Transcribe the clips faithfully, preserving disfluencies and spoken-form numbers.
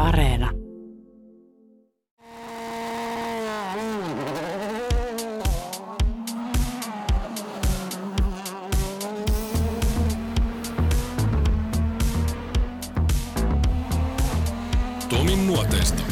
Areena. Tomin nuoteista.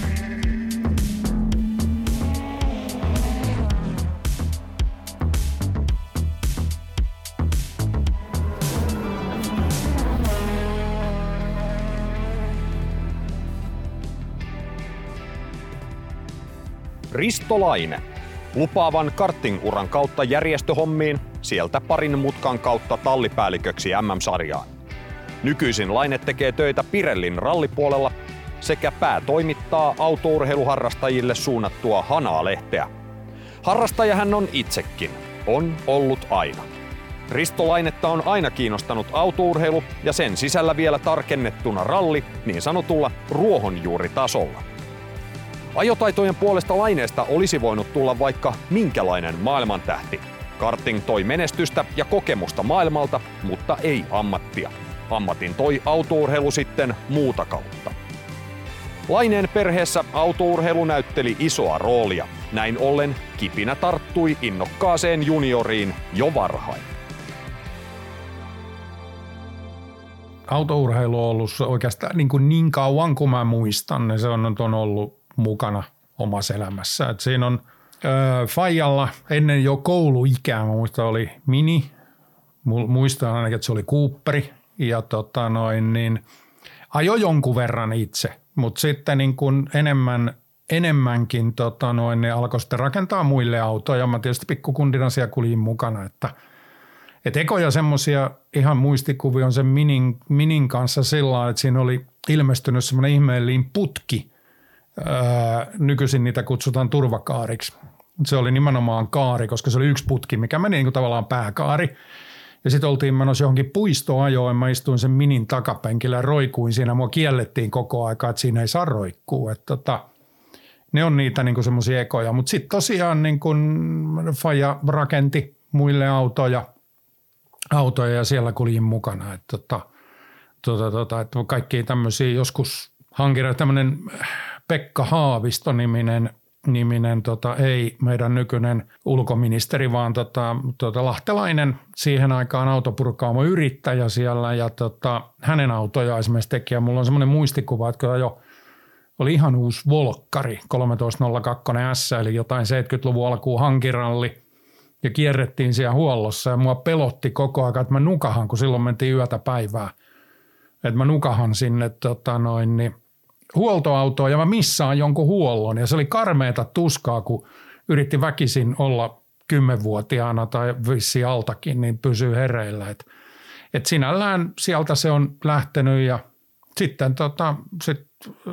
Risto Laine. Lupaavan karting-uran kautta järjestöhommiin, sieltä parin mutkan kautta tallipäälliköksi M M-sarjaan. Nykyisin Laine tekee töitä Pirellin rallipuolella sekä päätoimittaa autourheiluharrastajille suunnattua Hanaa-lehteä. Harrastaja hän on itsekin. On ollut aina. Risto Lainetta on aina kiinnostanut autourheilu ja sen sisällä vielä tarkennettuna ralli niin sanotulla ruohonjuuritasolla. Ajotaitojen puolesta Laineesta olisi voinut tulla vaikka minkälainen maailmantähti. Karting toi menestystä ja kokemusta maailmalta, mutta ei ammattia. Ammatin toi autourheilu sitten muuta kautta. Laineen perheessä autourheilu näytteli isoa roolia. Näin ollen kipinä tarttui innokkaaseen junioriin jo varhain. Autourheilu on ollut oikeastaan niin, kuin niin kauan kuin mä muistan, niin se on, on ollut mukana omassa elämässä. Et siinä on öö, Faijalla ennen jo kouluikää, mä muistan, oli Mini, muistan ainakin, että se oli Cooperi ja tota noin, niin ajoi jonkun verran itse, mutta sitten niin kuin enemmän, enemmänkin tota noin, ne alkoi sitten rakentaa muille autoja. Mä tietysti pikkukundina siellä kuljin mukana, että et ekoja semmoisia ihan muistikuvia on sen Minin, Minin kanssa sillä lailla, että siinä oli ilmestynyt semmoinen ihmeellinen putki. Öö, nykyisin niitä kutsutaan turvakaariksi. Se oli nimenomaan kaari, koska se oli yksi putki, mikä meni niin kuin tavallaan pääkaari. Ja sitten oltiin menossa johonkin puistoajoon, mä istuin sen Minin takapenkillä ja roikuin siinä. Mua kiellettiin koko aika, että siinä ei saa roikkuu. Että tota, ne on niitä niin kuin semmoisia ekoja. Mutta sitten tosiaan niin kuin Faija rakenti muille autoja, autoja ja siellä kuljin mukana. Että tota, tota, tota, että kaikki tämmöisiä joskus hankin tämmöinen Pekka Haavisto-niminen niminen, tota, ei meidän nykyinen ulkoministeri, vaan tota, tota, lahtelainen siihen aikaan autopurkaamo yrittäjä siellä ja tota, hänen autoja esimerkiksi teki. Ja mulla on semmoinen muistikuva, että kyllä jo oli ihan uusi Volkkari kolmetoista nolla kaksi S, eli jotain seitsemänkymmentäluvun alkuun hankiralli ja kierrettiin siellä huollossa ja mua pelotti koko ajan, että mä nukahan, kun silloin mentiin yötä päivää, että mä nukahan sinne tota noin, niin huoltoautoa ja mä missaan jonkun huollon ja se oli karmeeta tuskaa, kun yritti väkisin olla kymmenvuotiaana tai vissi altakin, niin pysyy hereillä. Et, et sinällään sieltä se on lähtenyt ja sitten tota, sit,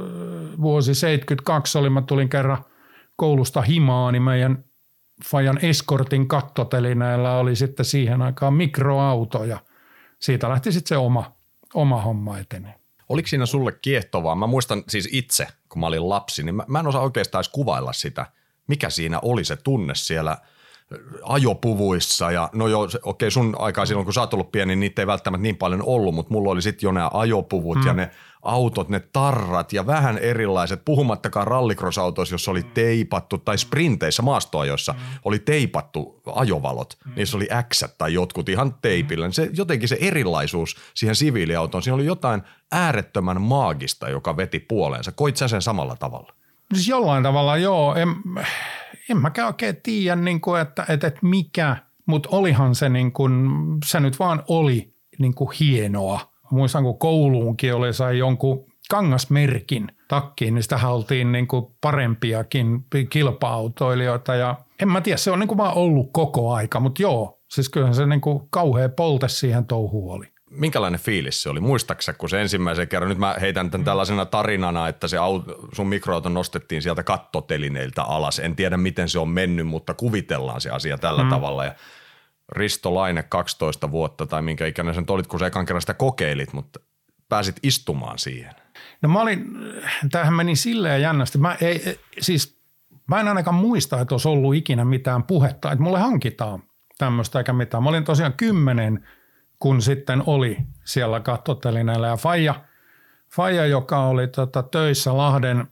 vuosi seitsemänkymmentäkaksi oli, mä tulin kerran koulusta himaan, niin meidän Fajan Escortin kattotelineellä oli sitten siihen aikaan mikroauto ja siitä lähti sitten se oma, oma homma etenee. Oliko siinä sulle kiehtovaa? Mä muistan siis itse, kun mä olin lapsi, niin mä, mä en osaa oikeastaan edes kuvailla sitä, mikä siinä oli se tunne siellä ajopuvuissa. Ja no joo, okei okay, sun aikaa silloin, kun sä oot ollut pieni, niin niitä ei välttämättä niin paljon ollut, mutta mulla oli sitten jo nämä ajopuvut mm. ja ne autot, ne tarrat ja vähän erilaiset, puhumattakaan rallycross-autoissa, jossa oli teipattu, tai sprinteissä maastoajoissa mm. oli teipattu ajovalot, mm. niissä oli X:t tai jotkut ihan teipillä. Mm. Se, jotenkin se erilaisuus siihen siviiliautoon, siinä oli jotain äärettömän maagista, joka veti puoleensa. Koit sä sen samalla tavalla? Siis jollain tavalla joo, en, en mäkään oikein tiedä, niin kuin, että, että, että mikä, mutta olihan se, niin kuin, se nyt vaan oli niin kuin hienoa. Muistan, kun kouluunkin oli, sai jonkun kangasmerkin takkiin, niin sitähän oltiin niin kuin parempiakin kilpa-autoilijoita. Ja en mä tiedä, se on niin kuin vaan ollut koko aika, mutta joo, siis kyllähän se niin kuin kauhea polte siihen touhuun oli. Minkälainen fiilis se oli? Muistaaksä, kun se ensimmäisen kerran, nyt mä heitän tämän tällaisena tarinana, että se auto, sun mikroauto nostettiin sieltä kattotelineiltä alas. En tiedä, miten se on mennyt, mutta kuvitellaan se asia tällä mm. tavalla. Ja Risto Laine kaksitoista vuotta tai minkä ikäinen sen olit, kun sä ekan kerran sitä kokeilit, mutta pääsit istumaan siihen. No mä olin, tämähän meni silleen jännästi. Mä, ei, siis, mä en ainakaan muista, että olisi ollut ikinä mitään puhetta, että mulle hankitaan tämmöistä eikä mitään. Mä olin tosiaan kymmenen, kun sitten oli siellä kattotelineellä ja Faija faija, joka oli tota, töissä Lahden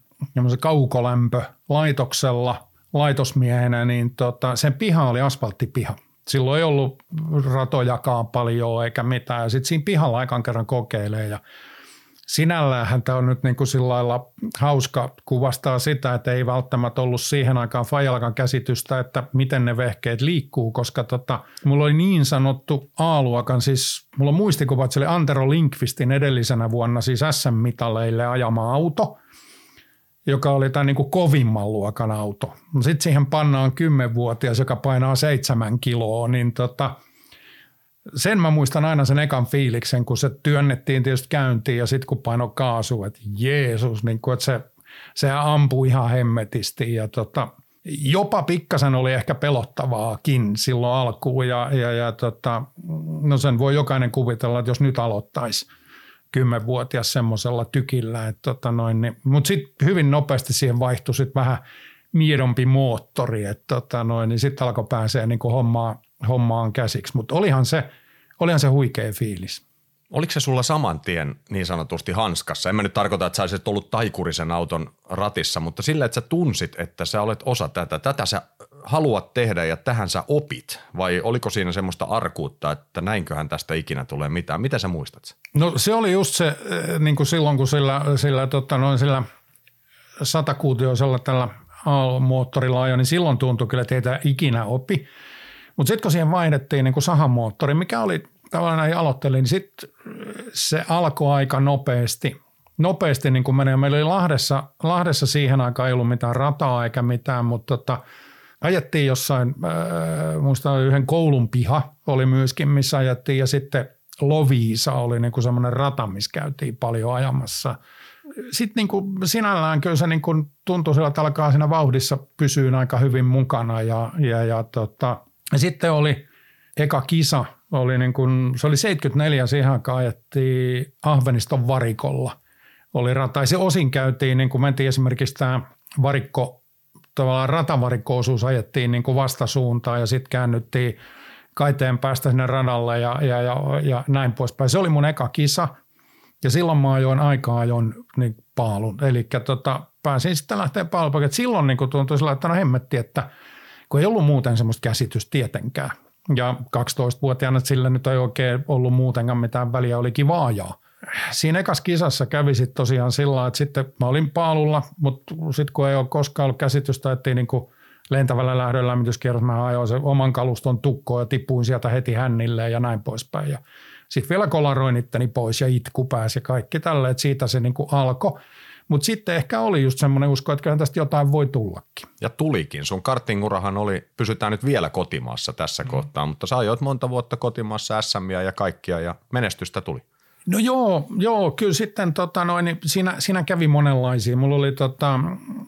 kaukolämpölaitoksella laitosmiehenä, niin tota, sen piha oli asfalttipiha. Silloin ei ollut ratojakaan paljon eikä mitään. Ja sitten siinä pihalla aikaan kerran kokeilee. Ja sinälläänhän tämä on nyt niin kuin sillä lailla hauska, kuvastaa sitä, että ei välttämättä ollut siihen aikaan faijallakaan käsitystä, että miten ne vehkeet liikkuu, koska tota, mulla oli niin sanottu A-luokan, siis mulla on muistikuva, että se oli Antero Lindqvistin edellisenä vuonna siis S M-mitaleille ajama auto, joka oli tämän niin kuin kovimman luokan auto. Sitten siihen pannaan kymmenvuotias, joka painaa seitsemän kiloa, niin tota, sen mä muistan aina sen ekan fiiliksen, kun se työnnettiin tietysti käyntiin ja sitten kun painoi kaasua, että Jeesus, niin kuin, että se, se ampui ihan hemmetisti ja tota, jopa pikkasen oli ehkä pelottavaakin silloin alkuun ja, ja, ja tota, no sen voi jokainen kuvitella, että jos nyt aloittaisi kymmenvuotias semmoisella tykillä, että tota noin, niin, mutta sitten hyvin nopeasti siihen vaihtui sitten vähän miedompi moottori, että tota noin, niin sitten alkoi pääsee niin kuin hommaan, hommaan käsiksi, mutta olihan se, olihan se huikea fiilis. Oliko se sulla saman tien niin sanotusti hanskassa? En mä nyt tarkoita, että sä olisit ollut taikurisen auton ratissa, mutta sillä, että sä tunsit, että sä olet osa tätä. Tätä sä haluat tehdä ja tähän sä opit. Vai oliko siinä semmoista arkuutta, että näinköhän tästä ikinä tulee mitään? Mitä sä muistat? No se oli just se, niin kuin silloin kun sillä, sillä, tota, noin sillä satakuutioisella tällä A-moottorilla ajo, niin silloin tuntui kyllä, että ei tämä ikinä opi. Mutta sitten kun siihen vaihdettiin niin kuin sahamoottori, mikä oli tavallaan näin aloittelin, niin sitten se alkoi aika nopeasti. Nopeasti niin kuin menee. Meillä oli Lahdessa, Lahdessa siihen aikaan ei ollut mitään rataa eikä mitään, mutta tota, ajettiin jossain, äh, muistan yhden koulun piha oli myöskin, missä ajettiin ja sitten Loviisa oli niin kuin semmoinen rata, missä käytiin paljon ajamassa. Sitten niin kuin sinällään kyllä se niin kuin tuntui sillä, että alkaa siinä vauhdissa pysyä aika hyvin mukana ja, ja, ja, tota, ja sitten oli eka kisa, oli niin kuin, se oli seitsemänkymmentäneljä, siihen aikaan ajettiin Ahveniston varikolla. Oli rata, ja se osin käytiin, niin kuin mentiin esimerkiksi tämä varikko, tavallaan ratavarikko-osuus ajettiin niin kuin vastasuuntaan ja sitten käännyttiin Kaiteen päästä sinne radalle ja, ja, ja, ja näin poispäin. Se oli mun eka kisa ja silloin mä ajoin aikaa ajoin niin paalun. Eli tota, pääsin sitten lähteä paalupaikalle. Silloin niin kuin tuntui sillä, että no hemmetti, että kun ei ollut muuten semmoista käsitystä tietenkään. Ja kaksitoistavuotiaana sillä nyt ei oikein ollut muutenkaan mitään väliä, oli kiva ajaa. Siinä ekassa kisassa kävi sitten tosiaan sillä, että sitten mä olin paalulla, mutta sitten kun ei ole koskaan ollut käsitystä, että niin kuin lentävällä lähdön lämmityskierros, mä ajoin sen oman kaluston tukkoon ja tipuin sieltä heti hännille ja näin poispäin. Ja sitten vielä kolaroin itteni pois ja itku pääsi ja kaikki tälle, että siitä se niin kuin alkoi. Mutta sitten ehkä oli just semmoinen usko, että kyllähän tästä jotain voi tullakin. Ja tulikin. Sun kartingurahan oli, pysytään nyt vielä kotimaassa tässä mm. kohtaa, mutta sä ajoit monta vuotta kotimaassa S M:iä ja kaikkia ja menestystä tuli. No joo, joo kyllä sitten tota noin, niin siinä, siinä kävi monenlaisia. Mulla oli tota,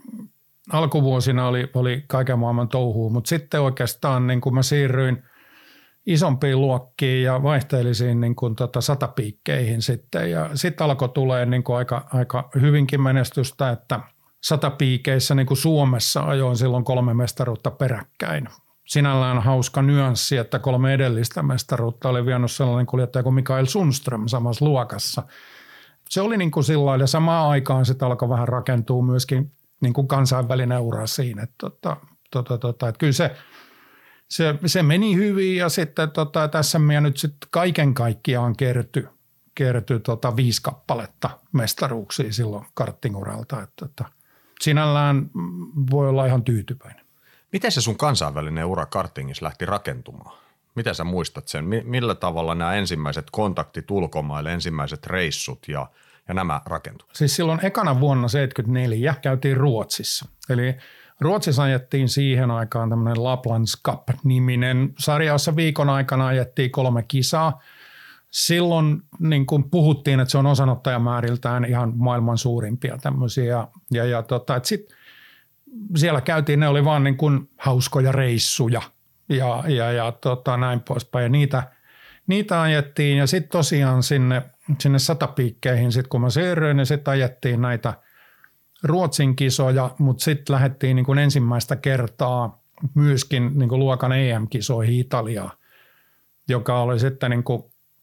alkuvuosina oli, oli kaiken maailman touhua, mutta sitten oikeastaan niin kun mä siirryin isompiin luokkiin ja vaihteellisiin niin kuin tota satapiikkeihin sitten ja sitten alkoi tulee niin kuin aika, aika hyvinkin menestystä, että satapiikeissä niin kuin Suomessa ajoin silloin kolme mestaruutta peräkkäin. Sinällään hauska nyanssi, että kolme edellistä mestaruutta oli vienyt sellainen kuljettaja kuin Mikael Sundström samassa luokassa. Se oli niin kuin sillä lailla ja samaan aikaan sitten alkoi vähän rakentua myöskin niin kuin kansainvälinen ura siinä, että, tota, tota, tota, että kyllä se Se, se meni hyvin ja sitten tota, tässä meidän nyt sitten kaiken kaikkiaan kertyi kerty, tota, viisi kappaletta mestaruuksia silloin karttinguralta. Että, että sinällään voi olla ihan tyytyväinen. Miten se sun kansainvälinen ura kartingissa lähti rakentumaan? Miten sä muistat sen? Millä tavalla nämä ensimmäiset kontaktit ulkomaille, ensimmäiset reissut ja, ja nämä rakentuivat? Siis silloin ekana vuonna seitsemänkymmentäneljä käytiin Ruotsissa. Eli Ruotsissa ajettiin siihen aikaan tämmöinen Laplands Cup-niminen sarja, jossa viikon aikana ajettiin kolme kisaa. Silloin niin kuin puhuttiin, että se on osanottajamääriltään ihan maailman suurimpia tämmöisiä. Ja, ja tota, et sit siellä käytiin, ne oli vaan niin kuin hauskoja reissuja ja, ja, ja tota, näin poispäin. Ja niitä, niitä ajettiin ja sitten tosiaan sinne, sinne satapiikkeihin, sit kun mä siirryin, niin sitten ajettiin näitä Ruotsin kisoja, mutta sitten lähdettiin niin kuin ensimmäistä kertaa myöskin niin kuin luokan E M-kisoihin Italiaan, joka oli sitten niin kuin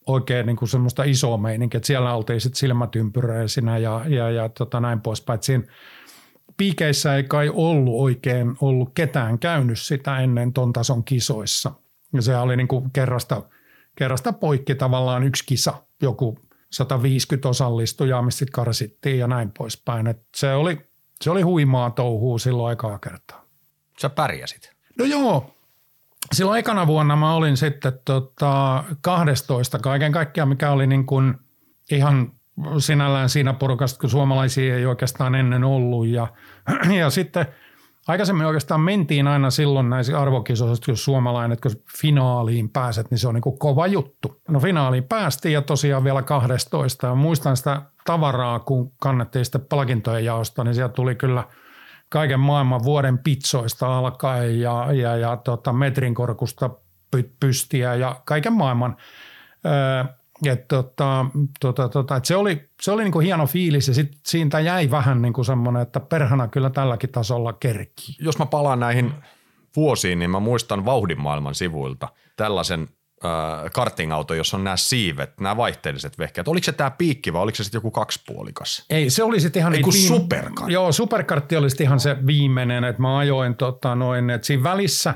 oikein niin kuin semmoista isoa meininkiä, että siellä oltiin sitten silmätympyräisinä ja, ja, ja tota näin poispäin. Että siinä piikeissä ei kai ollut oikein ollut ketään käynyt sitä ennen ton tason kisoissa. Ja se oli niin kuin kerrasta, kerrasta poikki tavallaan yksi kisa, joku sata viisikymmentä osallistujaa, mistä sitten karsittiin ja näin poispäin. Et se oli, se oli huimaa touhua silloin aikaa kertaa. Sä pärjäsit? No joo. Silloin ekana vuonna mä olin sitten tota kaksitoista kaiken kaikkiaan, mikä oli niin kuin ihan sinällään siinä porukasta, kun suomalaisia ei oikeastaan ennen ollut. Ja, ja sitten aikaisemmin oikeastaan mentiin aina silloin näissä arvokisoissa, jos suomalainen, että kun finaaliin pääset, niin se on niin kuin kova juttu. No finaaliin päästiin ja tosiaan vielä kaksitoista. Ja muistan sitä tavaraa, kun kannettiin sitten palkintojen jaosta, niin sieltä tuli kyllä kaiken maailman vuoden pitsoista alkaen ja, ja, ja tota metrin korkusta pystiä ja kaiken maailman. Öö, et tota, tota, tota, et se oli, se oli niinku hieno fiilis ja sitten siitä jäi vähän niinku semmoinen, että perhana kyllä tälläkin tasolla kerkii. Jos mä palaan näihin vuosiin, niin mä muistan Vauhdin maailman sivuilta tällaisen äh, karting-auto, jossa on nämä siivet, nämä vaihteelliset vehkeet. Oliko se tämä piikki vai oliko se sitten joku kaksipuolikas? Ei, se oli sitten ihan... Ei kun viime... superkartti. Joo, superkartti oli sitten ihan se viimeinen, että mä ajoin tota noin, että siinä välissä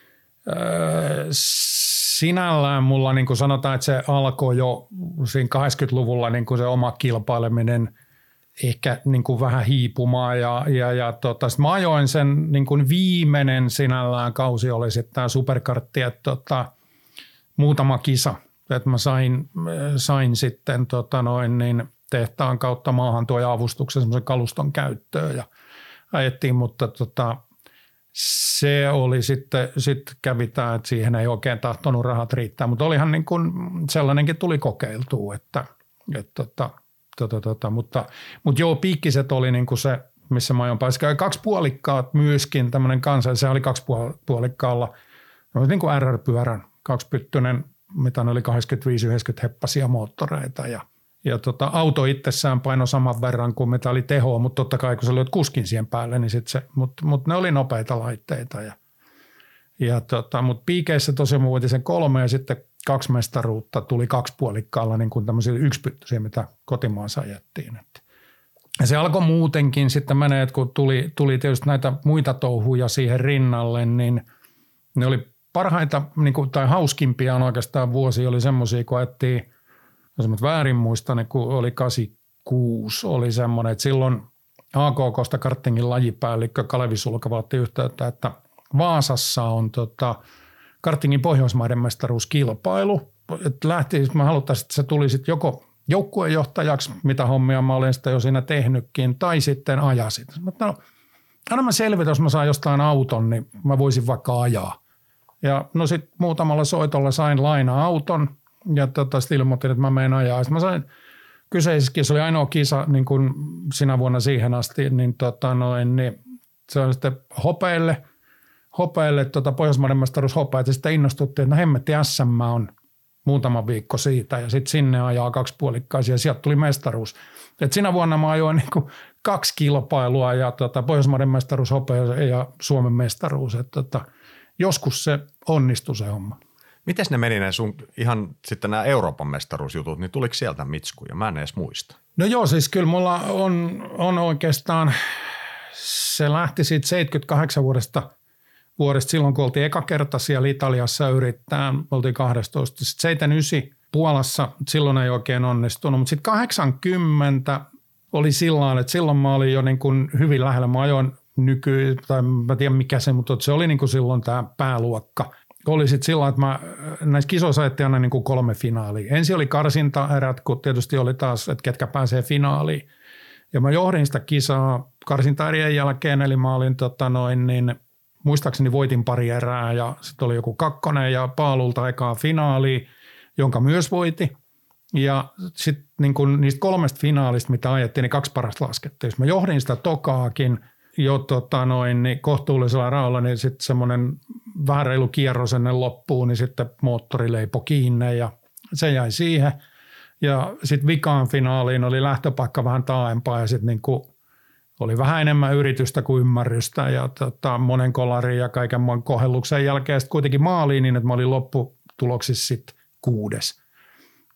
öö, sinällään mulla niin kuin sanotaan, että se alkoi jo siinä kahdeksankymmentäluvulla niin kuin se oma kilpaileminen ehkä niin kuin vähän hiipumaan ja, ja, ja tota, mä ajoin sen niin kuin viimeinen sinällään kausi oli sitten tämä superkartti, että tota, muutama kisa, että mä sain, sain sitten tota noin niin tehtaan kautta maahan tuo avustuksen semmoisen kaluston käyttöön ja ajettiin, mutta tota, se oli sitten, sitten kävi tämä, että siihen ei oikein tahtonut rahat riittää, mutta olihan niin kuin sellainenkin tuli kokeiltua, että, että tota, tota, tota, mutta, mutta joo, piikkiset oli niin kuin se, missä mä ajoin päässä. Kaksi puolikkaat myöskin, tämmöinen kansa, se oli kaksi puolikkaalla, niin kuin R R-pyörän, kaksipyttyinen, mitä ne oli kahdeksankymmentäviisi yhdeksänkymmentä heppasia moottoreita ja Ja tota, auto itsessään painoi saman verran kuin mitä oli tehoa, mutta totta kai kun sä löit kuskin siihen päälle, niin sit se, mutta mut ne oli nopeita laitteita. Ja, ja tota, mutta piikeissä tosiaan mä voitin sen kolme ja sitten kaksi mestaruutta tuli kaksipuolikkaalla niin kuin tämmöisiä yksipyttyisiä, mitä kotimaassa ajettiin. Ja se alkoi muutenkin sitten menee, että kun tuli, tuli tietysti näitä muita touhuja siihen rinnalle, niin ne oli parhaita niin kuin, tai hauskimpia on oikeastaan vuosia oli semmoisia, kun ajettiin, jos mä väärin muistan, niin kun oli kahdeksankymmentäkuusi, oli semmoinen, että silloin A K K:sta kartingin lajipäällikkö Kalevi Sulkava otti yhteyttä, että Vaasassa on tota, kartingin Pohjoismaiden mestaruuskilpailu. Että lähti, mä haluttaisiin, että se tuli sitten joko joukkuejohtajaksi, mitä hommia mä olen sitä jo siinä tehnytkin, tai sitten ajasit. Mutta no, aina mä selvitän, jos mä saan jostain auton, niin mä voisin vaikka ajaa. Ja no sitten muutamalla soitolla sain laina-auton, ja tota, sitten ilmoitin, että mä menen ajaa. Sitten mä sain kyseisessäkin, se oli ainoa kisa niin kuin sinä vuonna siihen asti, niin, tota, noin, niin se on sitten Hopeelle, Hopeelle tota, Pohjoismaiden mestaruus Hopeelle, ja sitten innostuttiin, että no hemmetti S M on muutama viikko siitä, ja sitten sinne ajaa kaksipuolikkaisia, ja sieltä tuli mestaruus. Et sinä vuonna mä ajoin niin kuin kaksi kilpailua, ja tota, Pohjoismaiden mestaruus Hopeelle ja Suomen mestaruus, että tota, joskus se onnistui se homma. Mites ne meni ne sun ihan sitten nämä Euroopan mestaruusjutut, niin tuliko sieltä mitskuja? Mä en edes muista. No joo, siis kyllä mulla on, on oikeastaan, se lähti siitä seitsemänkymmentäkahdeksan vuodesta, vuodesta silloin, kun oltiin eka kerta siellä Italiassa yrittää, oltiin kaksitoista. Sitten seitsemänkymmentäyhdeksän Puolassa, silloin ei oikein onnistunut, mutta sitten kahdeksankymmentä oli sillä että silloin mä olin jo niin kuin hyvin lähellä. Mä ajoin nyky, tai mä tiedän mikä se, mutta se oli niin kuin silloin tämä pääluokka. Oli sitten sillä että mä näissä kisoissa ajettiin aina niin kuin kolme finaalia. Ensin oli karsintaerät, kun tietysti oli taas, että ketkä pääsee finaaliin. Ja mä johdin sitä kisaa karsintaerien jälkeen, eli mä olin tota noin niin, muistaakseni voitin pari erää ja sitten oli joku kakkonen ja paalulta ekaa finaaliin, jonka myös voiti. Ja sitten niin kun niistä kolmesta finaalista, mitä ajettiin, niin kaksi parasta laskettiin. Jos mä johdin sitä tokaakin jo tota noin, niin kohtuullisella raolla, niin sitten semmoinen vähän reilu kierros ennen loppuun, niin sitten moottori leipoi kiinni ja se jäi siihen. Ja sitten vikaan finaaliin oli lähtöpaikka vähän taaempaa ja sitten niin kuin oli vähän enemmän yritystä kuin ymmärrystä ja tota, monen kolarin ja kaiken muun kohelluksen jälkeen sitten kuitenkin maaliin niin, että mä olin lopputuloksissa sitten kuudes.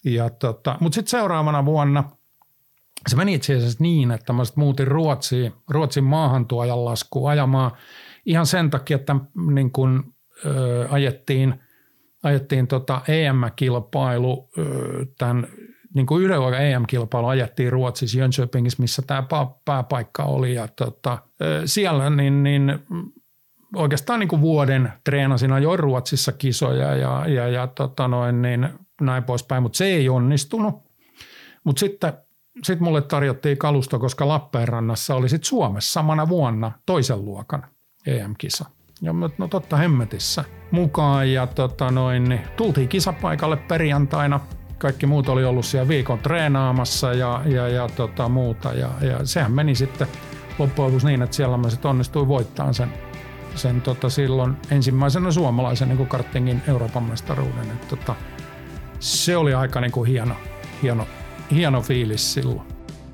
Ja tota, mutta sitten seuraavana vuonna se meni itse asiassa niin, että mä muutin Ruotsiin, Ruotsin maahantuojan laskuun ajamaan ihan sen takia, että niin kun, ö, ajettiin, ajettiin tota E M-kilpailu, ö, tämän niin kuin yhden luokan E M-kilpailu ajettiin Ruotsissa Jönköpingissä, missä tämä pääpaikka oli ja tota, ö, siellä niin, niin oikeastaan niin kuin vuoden treenasin ajoin Ruotsissa kisoja ja, ja, ja tota noin, niin näin poispäin, mutta se ei onnistunut. Mutta sitten sit mulle tarjottiin kalusto, koska Lappeenrannassa oli sitten Suomessa samana vuonna toisen luokan E M-kisa. Ja no totta hemmetissä mukaan ja tota noin, niin tultiin kisapaikalle perjantaina. Kaikki muut oli ollut siellä viikon treenaamassa ja, ja, ja tota muuta. Ja, ja sehän meni sitten loppujen lopuksi niin, että siellä mä sitten onnistuin voittamaan sen, sen tota silloin ensimmäisenä suomalaisen niin kuin kartingin Euroopan mestaruuden. Et tota, se oli aika niin kuin hieno, hieno, hieno fiilis silloin.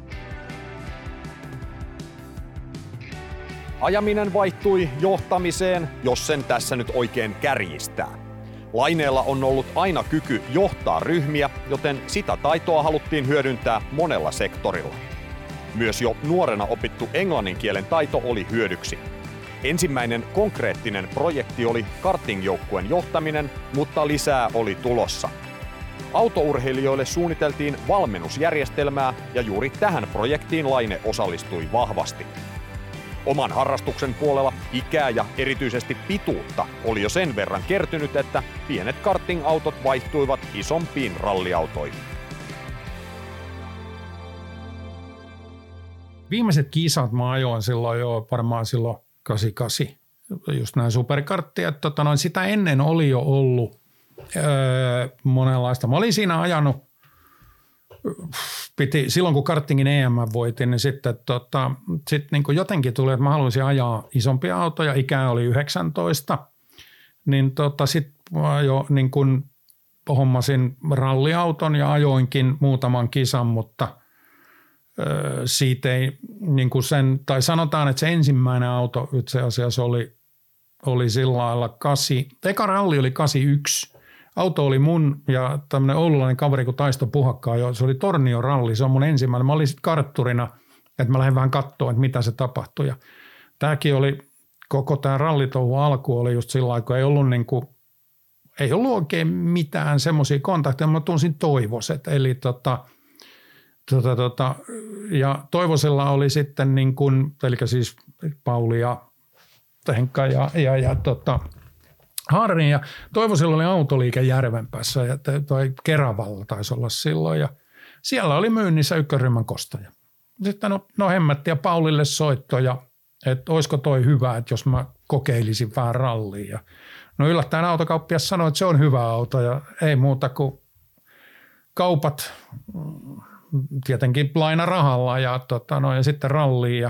Ajaminen vaihtui johtamiseen, jos sen tässä nyt oikein kärjistää. Laineella on ollut aina kyky johtaa ryhmiä, joten sitä taitoa haluttiin hyödyntää monella sektorilla. Myös jo nuorena opittu englannin kielen taito oli hyödyksi. Ensimmäinen konkreettinen projekti oli kartingjoukkueen johtaminen, mutta lisää oli tulossa. Autourheilijoille suunniteltiin valmennusjärjestelmää ja juuri tähän projektiin Laine osallistui vahvasti. Oman harrastuksen puolella ikää ja erityisesti pituutta oli jo sen verran kertynyt, että pienet karting-autot vaihtuivat isompiin ralliautoihin. Viimeiset kisat mä ajoin silloin jo varmaan silloin kahdeksankymmentäkahdeksan, just näin superkarttia. Tota noin, sitä ennen oli jo ollut öö, monenlaista. Mä olin siinä ajanut, piti, silloin kun kartingin E M voitin, niin sitten tota, sit niin jotenkin tuli, että mä haluaisin ajaa isompia autoja. Ikä oli yhdeksäntoista, niin tota, sitten jo niin kuin hommasin ralliauton ja ajoinkin muutaman kisan, mutta öö, siitä ei niin kuin sen, tai sanotaan, että se ensimmäinen auto itse asiassa oli, oli sillä lailla kasi, eka ralli oli kahdeksankymmentäyksi. Auto oli mun ja tämmöinen oululainen kaveri kuin Taisto Puhakkaa, se oli Tornion ralli, se on mun ensimmäinen. Mä olin sitten kartturina, että mä lähdin vähän katsoa, että mitä se tapahtui. Ja tämäkin oli, koko tämä rallitouhu alku oli just sillä lailla, kun ei ollut, niin kuin, ei ollut oikein mitään semmoisia kontakteja, mä tunsin Toivoset. Eli tota, tota, tota, ja Toivosella oli sitten niin kuin, eli siis Pauli ja Henkka ja, ja, ja tota, Harri ja Toivosella oli autoliike Järvenpäässä ja toi Keravalla taisi olla silloin ja siellä oli myynnissä ykköryhmän kostaja. Sitten no, no hemmätti ja Paulille soittoja, että olisiko toi hyvä, että jos mä kokeilisin vähän rallia. Ja no yllättäen autokauppias sanoi, että se on hyvä auto ja ei muuta kuin kaupat tietenkin lainarahalla ja, tota, no, ja sitten rallia.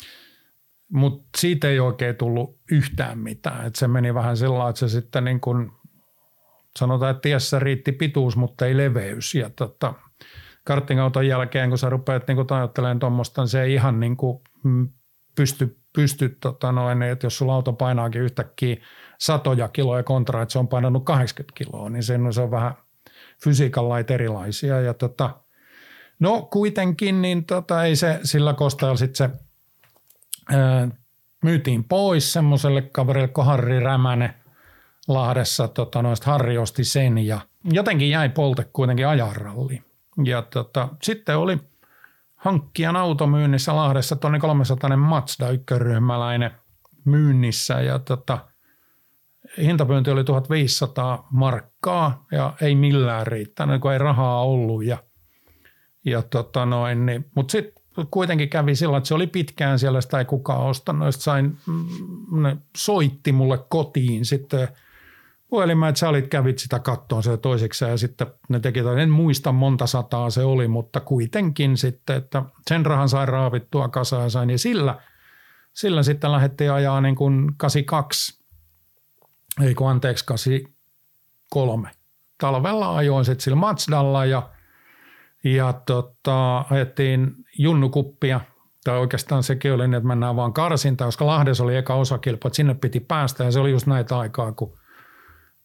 Mutta siitä ei oikein tullut yhtään mitään. Et se meni vähän sillä lailla, että se sitten niin kuin sanotaan, että tiessä riitti pituus, mutta ei leveys. Ja tota, kartingauton jälkeen, kun sä rupeat niin ajattelemaan tuommoista, niin se ei ihan niin kuin pysty, pysty tota noin, että jos sulla auto painaakin yhtäkkiä satoja kiloja kontra, että se on painanut kahdeksankymmentä kiloa, niin se, no, se on vähän fysiikan lait erilaisia. Ja tota, no kuitenkin, niin tota, ei se sillä kostajalla sitten se Öö, myytiin pois semmoiselle kaverille kuin Harri Rämänen Lahdessa. Tota, noista Harri osti sen ja jotenkin jäi polte kuitenkin ajaralliin. Ja tota, sitten oli hankkijan automyynnissä Lahdessa tuonne kolmesataa Mazda ykköryhmäläinen myynnissä ja tota, hintapyynti oli tuhatviisisataa markkaa ja ei millään riittänyt, kun ei rahaa ollut. Ja, ja tota noin, niin, mutta sitten kuitenkin kävi sillä, että se oli pitkään siellä, sitä ei kukaan ostanut. Sitten sain, ne soitti mulle kotiin sitten puhelimeen, että sä olit, kävit sitä kattoon se toiseksi ja sitten ne teki, en muista monta sataa se oli, mutta kuitenkin sitten, että sen rahan sain raavittua kasaan ja sain. Ja sillä, sillä sitten lähdettiin ajaa niin kuin kahdeksankymmentäkaksi, ei kun anteeksi kahdeksankymmentäkolme. Talvella ajoin sitten sillä Mazdalla ja Ja tota, ajettiin junnukuppia, tai oikeastaan sekin oli, että mennään vaan karsinta, koska Lahdessa oli eka osakilpa, että sinne piti päästä, ja se oli just näitä aikaa, kun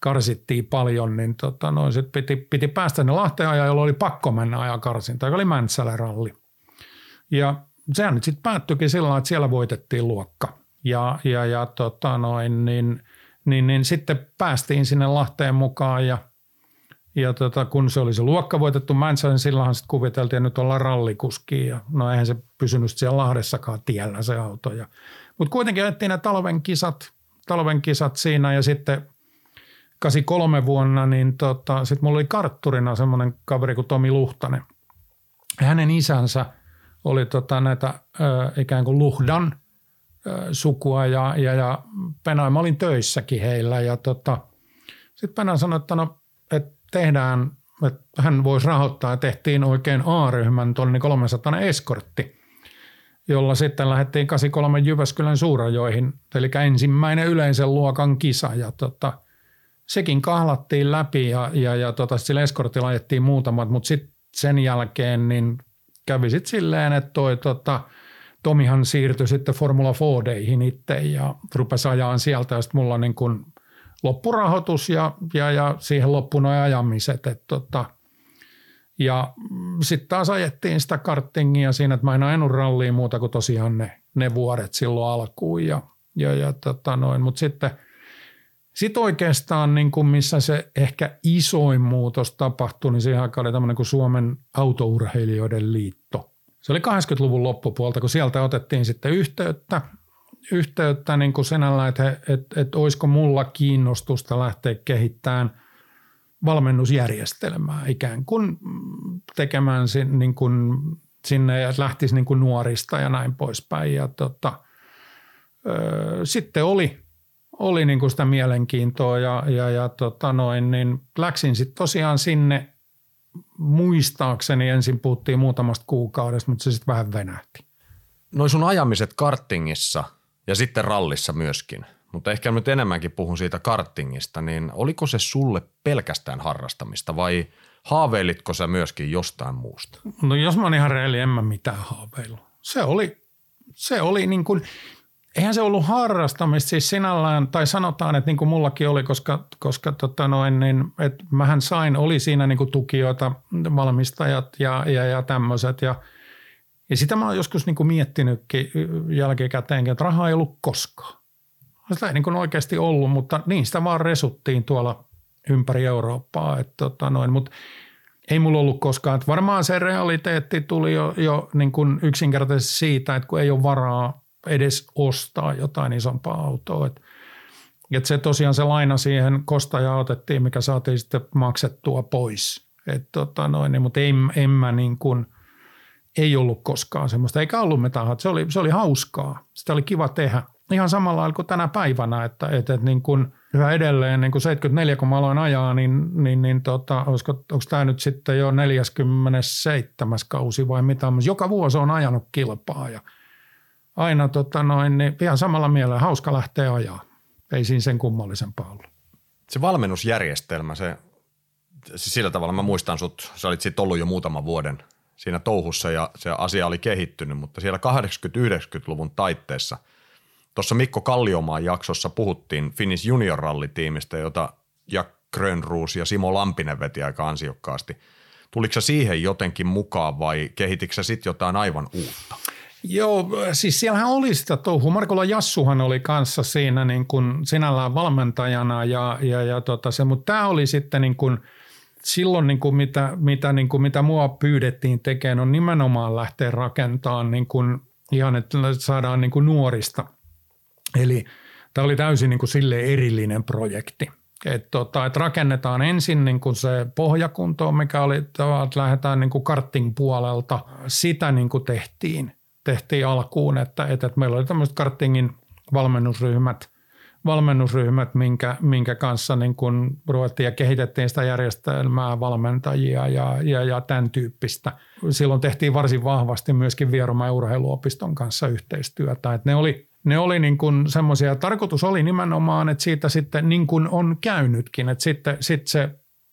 karsittiin paljon, niin tota, noin sit piti, piti päästä sinne Lahteen ajaa, jolla oli pakko mennä ajaa karsinta, joka oli Mäntsälän ralli. Ja sehän nyt sitten päättyikin sillä lailla, että siellä voitettiin luokka. Ja, ja, ja tota noin, niin, niin, niin sitten päästiin sinne Lahteen mukaan ja, ja tota, kun se oli se luokka voitettu Mäntsälän, niin silloinhan sitten kuviteltiin, että nyt ollaan rallikuski. Ja no eihän se pysynyt siellä Lahdessakaan tiellä se auto. Mutta kuitenkin ajettiin ne talven kisat, talven kisat siinä ja sitten kahdeksankymmentäkolme vuonna, niin tota, sitten mulla oli kartturina semmoinen kaveri kuin Tomi Luhtanen. Hänen isänsä oli tota näitä ö, ikään kuin Luhdan ö, sukua ja, ja, ja Pena, mä olin töissäkin heillä ja tota, sitten Pena sanoi, että no, et tehdään, että hän voisi rahoittaa ja tehtiin oikein A-ryhmän tonni kolmesataa eskortti, jolla sitten lähdettiin kahdeksankymmentäkolme Jyväskylän Suurajoihin, eli ensimmäinen yleisen luokan kisa ja tota, sekin kahlattiin läpi ja, ja, ja tota, sillä eskortilla ajettiin muutamat, mutta sitten sen jälkeen niin kävi sitten silleen, että toi tota, Tomihan siirtyi sitten Formula Fordeihin itse ja rupesi ajaan sieltä ja sitten mulla niin kuin loppurahoitus ja, ja, ja siihen loppui nuo ajamiset. Et tota, ja sitten taas ajettiin sitä karttingia siinä, että mä en ajanut ralliin muuta kuin tosiaan ne, ne vuodet silloin alkuun ja, ja, ja tota noin, mutta sitten Sitten oikeastaan, niin kuin missä se ehkä isoin muutos tapahtui, niin siihen aikaan oli tämmöinen kuin Suomen autourheilijoiden liitto. Se oli kahdeksankymmentäluvun loppupuolta, kun sieltä otettiin sitten yhteyttä, yhteyttä niin kuin senällä, että et, et olisiko mulla kiinnostusta lähteä kehittämään valmennusjärjestelmää ikään kuin tekemään sin, niin kuin sinne ja lähtisi niin kuin nuorista ja näin poispäin. Ja tota, ö, sitten oli. Oli niin kuin sitä mielenkiintoa ja, ja, ja tota noin, niin läksin sitten tosiaan sinne muistaakseni, ensin puhuttiin muutamasta kuukaudesta, mutta se sitten vähän venähti. Noi sun ajamiset kartingissa ja sitten rallissa myöskin, mutta ehkä nyt enemmänkin puhun siitä kartingista, niin oliko se sulle pelkästään harrastamista vai haaveilitko sä myöskin jostain muusta? No jos mä oon ihan reili, en mä mitään haaveillut. Se oli, se oli niin kuin... Eihän se ollut harrastamista siis sinällään, tai sanotaan, että niin kuin mullakin oli, koska, koska tota noin, niin, että mähän sain, oli siinä niin kuin tukijoita, valmistajat ja, ja, ja tämmöiset. Ja, ja sitä mä oon joskus niin kuin miettinytkin jälkikäteen, että rahaa ei ollut koskaan. Sitä ei niin kuin oikeasti ollut, mutta niin sitä vaan resuttiin tuolla ympäri Eurooppaa. Että tota noin, mutta ei mulla ollut koskaan. Että varmaan se realiteetti tuli jo, jo niin kuin yksinkertaisesti siitä, että kun ei ole varaa edes ostaa jotain isompaa autoa. Et, et se tosiaan se laina siihen kostajaan otettiin, mikä saatiin sitten maksettua pois. Et tota noin, niin, mutta ei, en mä niin kuin, ei ollut koskaan semmoista, eikä ollut mitään. Se oli, se oli hauskaa. Sitä oli kiva tehdä. Ihan samalla lailla kuin tänä päivänä, että, että, että niin kuin yhä edelleen niin kuin seitsemänkymmentäneljä, kun mä aloin ajaa, niin, niin, niin tota, olisiko, onko tämä nyt sitten jo neljäskymmenesseitsemäs kausi vai mitä? Joka vuosi on ajanut kilpaa ja aina tota noin, niin ihan samalla mielellä hauska lähteä ajaa. Ei siinä sen kummallisempaa ollut. Se valmennusjärjestelmä, se, siis sillä tavalla mä muistan sut, sä olit siitä ollut jo muutaman vuoden siinä touhussa ja se asia oli kehittynyt, mutta siellä kahdeksankymmentä-yhdeksänkymmentäluvun taitteessa, tuossa Mikko Kalliomaan jaksossa puhuttiin Finnish Junior Rally-tiimistä, jota Jack Grönroos ja Simo Lampinen veti aika ansiokkaasti. Tuliko sä siihen jotenkin mukaan vai kehitikö sä sitten jotain aivan uutta? Joo, siis siellähän oli sitä touhua. Markola Jassuhan oli kanssa siinä niin kuin sinällään valmentajana ja, ja, ja tota se, mutta tämä oli sitten niin kuin silloin niin kuin mitä, mitä, niin kuin mitä mua pyydettiin tekemään on nimenomaan lähteä rakentamaan niin kuin ihan, että saadaan niin kuin nuorista. Eli tämä oli täysin niin kuin silleen erillinen projekti. Että tota, et rakennetaan ensin niin kuin se pohjakunto, mikä oli, että lähdetään niin kuin karting puolelta. Sitä niin kuin tehtiin. tehtiin alkuun, että, että meillä oli tämmöiset kartingin valmennusryhmät, valmennusryhmät minkä, minkä kanssa niin kun ruvettiin ja kehitettiin sitä järjestelmää, valmentajia ja, ja, ja tämän tyyppistä. Silloin tehtiin varsin vahvasti myöskin Vierumäen urheiluopiston kanssa yhteistyötä. Että ne oli, ne oli niin kun semmoisia, tarkoitus oli nimenomaan, että siitä sitten niin kuin on käynytkin, että sitten, sitten se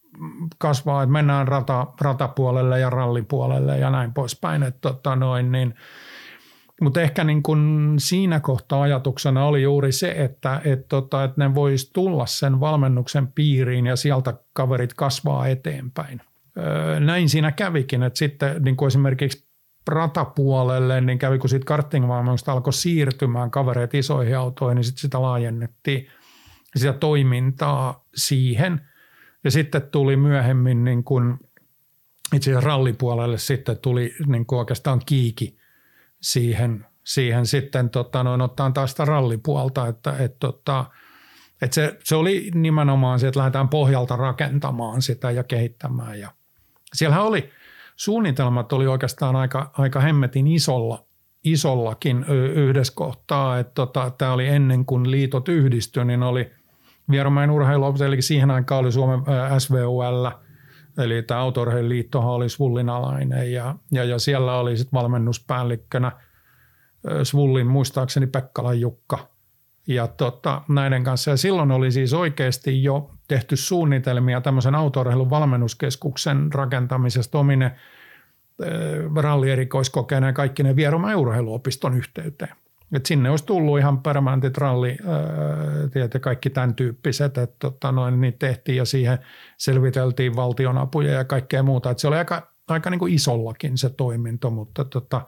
kasvaa, että mennään rata, ratapuolelle ja rallipuolelle ja näin poispäin, että tota noin, niin Mutta ehkä niin kun siinä kohtaa ajatuksena oli juuri se, että et tota, et ne vois tulla sen valmennuksen piiriin ja sieltä kaverit kasvaa eteenpäin. Öö, näin siinä kävikin, että sitten niin kuin esimerkiksi ratapuolelle, niin kävi kun siitä karting-valmennuksesta alkoi siirtymään kavereet isoihin autoihin, niin sitten sitä laajennettiin sitä toimintaa siihen. Ja sitten tuli myöhemmin niin kuin itse asiassa rallipuolelle sitten tuli niin kuin oikeastaan kiiki siihen, siihen sitten tota, noin ottaan taas sitä rallipuolta, että et, tota, et se, se oli nimenomaan se, että lähdetään pohjalta rakentamaan sitä ja kehittämään. Ja siellähän oli, suunnitelmat oli oikeastaan aika, aika hemmetin isolla, isollakin yhdessä kohtaa, että tota, tämä oli ennen kuin liitot yhdistyi, niin oli Vierumäen urheiluopisto, eli siihen aikaan oli Suomen S V U L, eli tämä Autourheiluliittohan oli Svullin alainen ja, ja, ja siellä oli sitten valmennuspäällikkönä Svullin muistaakseni Pekkalan Jukka ja tota, näiden kanssa. Ja silloin oli siis oikeasti jo tehty suunnitelmia tämmöisen autourheilun valmennuskeskuksen rakentamisesta omine rallierikoiskokeena ja kaikki ne Vierumäen urheiluopiston yhteyteen. Et sinne olisi tullut ihan permanentit ralli ja kaikki tämän tyyppiset, että tota, noin, niitä tehtiin ja siihen selviteltiin valtionapuja ja kaikkea muuta. Et se oli aika, aika niin kuin isollakin se toiminto, mutta, tota,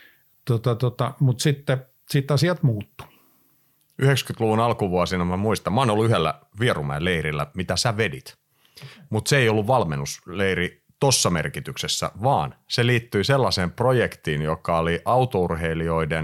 tota, tota, mutta sitten sit asiat muuttuu. yhdeksänkymmentäluvun alkuvuosina mä muistan, mä oon ollut yhdellä Vierumäen leirillä, mitä sä vedit, mutta se ei ollut valmennusleiri tossa merkityksessä, vaan se liittyi sellaiseen projektiin, joka oli autourheilijoiden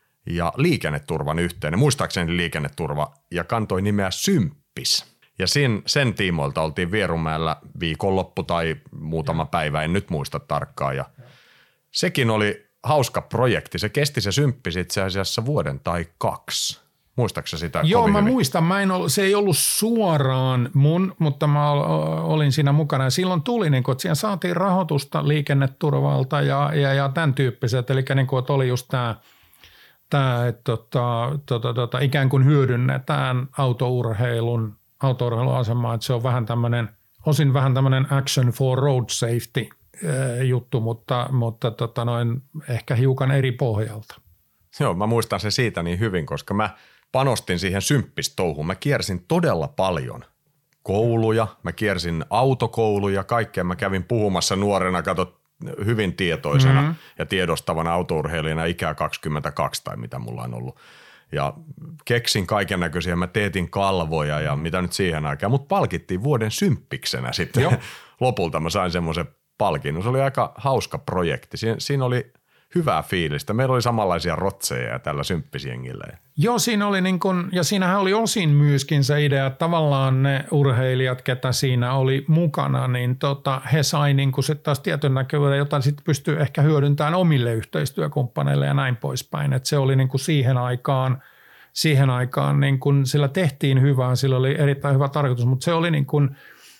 ja liikenneturvan yhteinen, muistaakseni liikenneturva, ja kantoi nimeä Symppis. Ja sen, sen tiimoilta oltiin Vierumäellä viikonloppu tai muutama päivä, en nyt muista tarkkaan. Ja sekin oli hauska projekti. Se kesti se Symppis itse asiassa vuoden tai kaksi. Muistaaksä sitä Joo, kovin mä hyvin? muistan. Mä en ollut, se ei ollut suoraan mun, mutta mä olin siinä mukana. Ja silloin tuli, niin kun, että siihen saatiin rahoitusta liikenneturvalta ja, ja, ja tämän tyyppiset. Eli niin kun, että oli just tämä Tämä, että tota, tota, tota, ikään kuin hyödynnetään autourheilun, autourheilun asemaa, että se on vähän tämmöinen, osin vähän tämmöinen action for road safety juttu, mutta, mutta tota noin, ehkä hiukan eri pohjalta. Joo, mä muistan se siitä niin hyvin, koska mä panostin siihen symppistouhuun. Mä kiersin todella paljon kouluja, mä kiersin autokouluja, kaikkea. Mä kävin puhumassa nuorena, katsot, hyvin tietoisena mm-hmm. ja tiedostavana autourheilijana ikää kaksikymmentäkaksi tai mitä mulla on ollut. Ja keksin kaiken näköisiä, mä teetin kalvoja ja mitä nyt siihen aikaan, mutta palkittiin vuoden symppiksenä sitten. Joo. Lopulta mä sain semmoisen palkinnon. Se oli aika hauska projekti. Siin, siinä oli hyvää fiilistä. Meillä oli samanlaisia rotseja tällä symppisjengillä. Joo, siinä oli niin kuin, ja siinähän oli osin myöskin se idea, että tavallaan ne urheilijat, ketä siinä oli mukana, niin tota, he sai niin kuin sitten taas tietyn näkyvyyden, jota sitten pystyy ehkä hyödyntämään omille yhteistyökumppaneille ja näin poispäin. Että se oli niin kuin siihen aikaan, siihen aikaan niin kuin sillä tehtiin hyvää, sillä oli erittäin hyvä tarkoitus, mutta se oli niin kuin,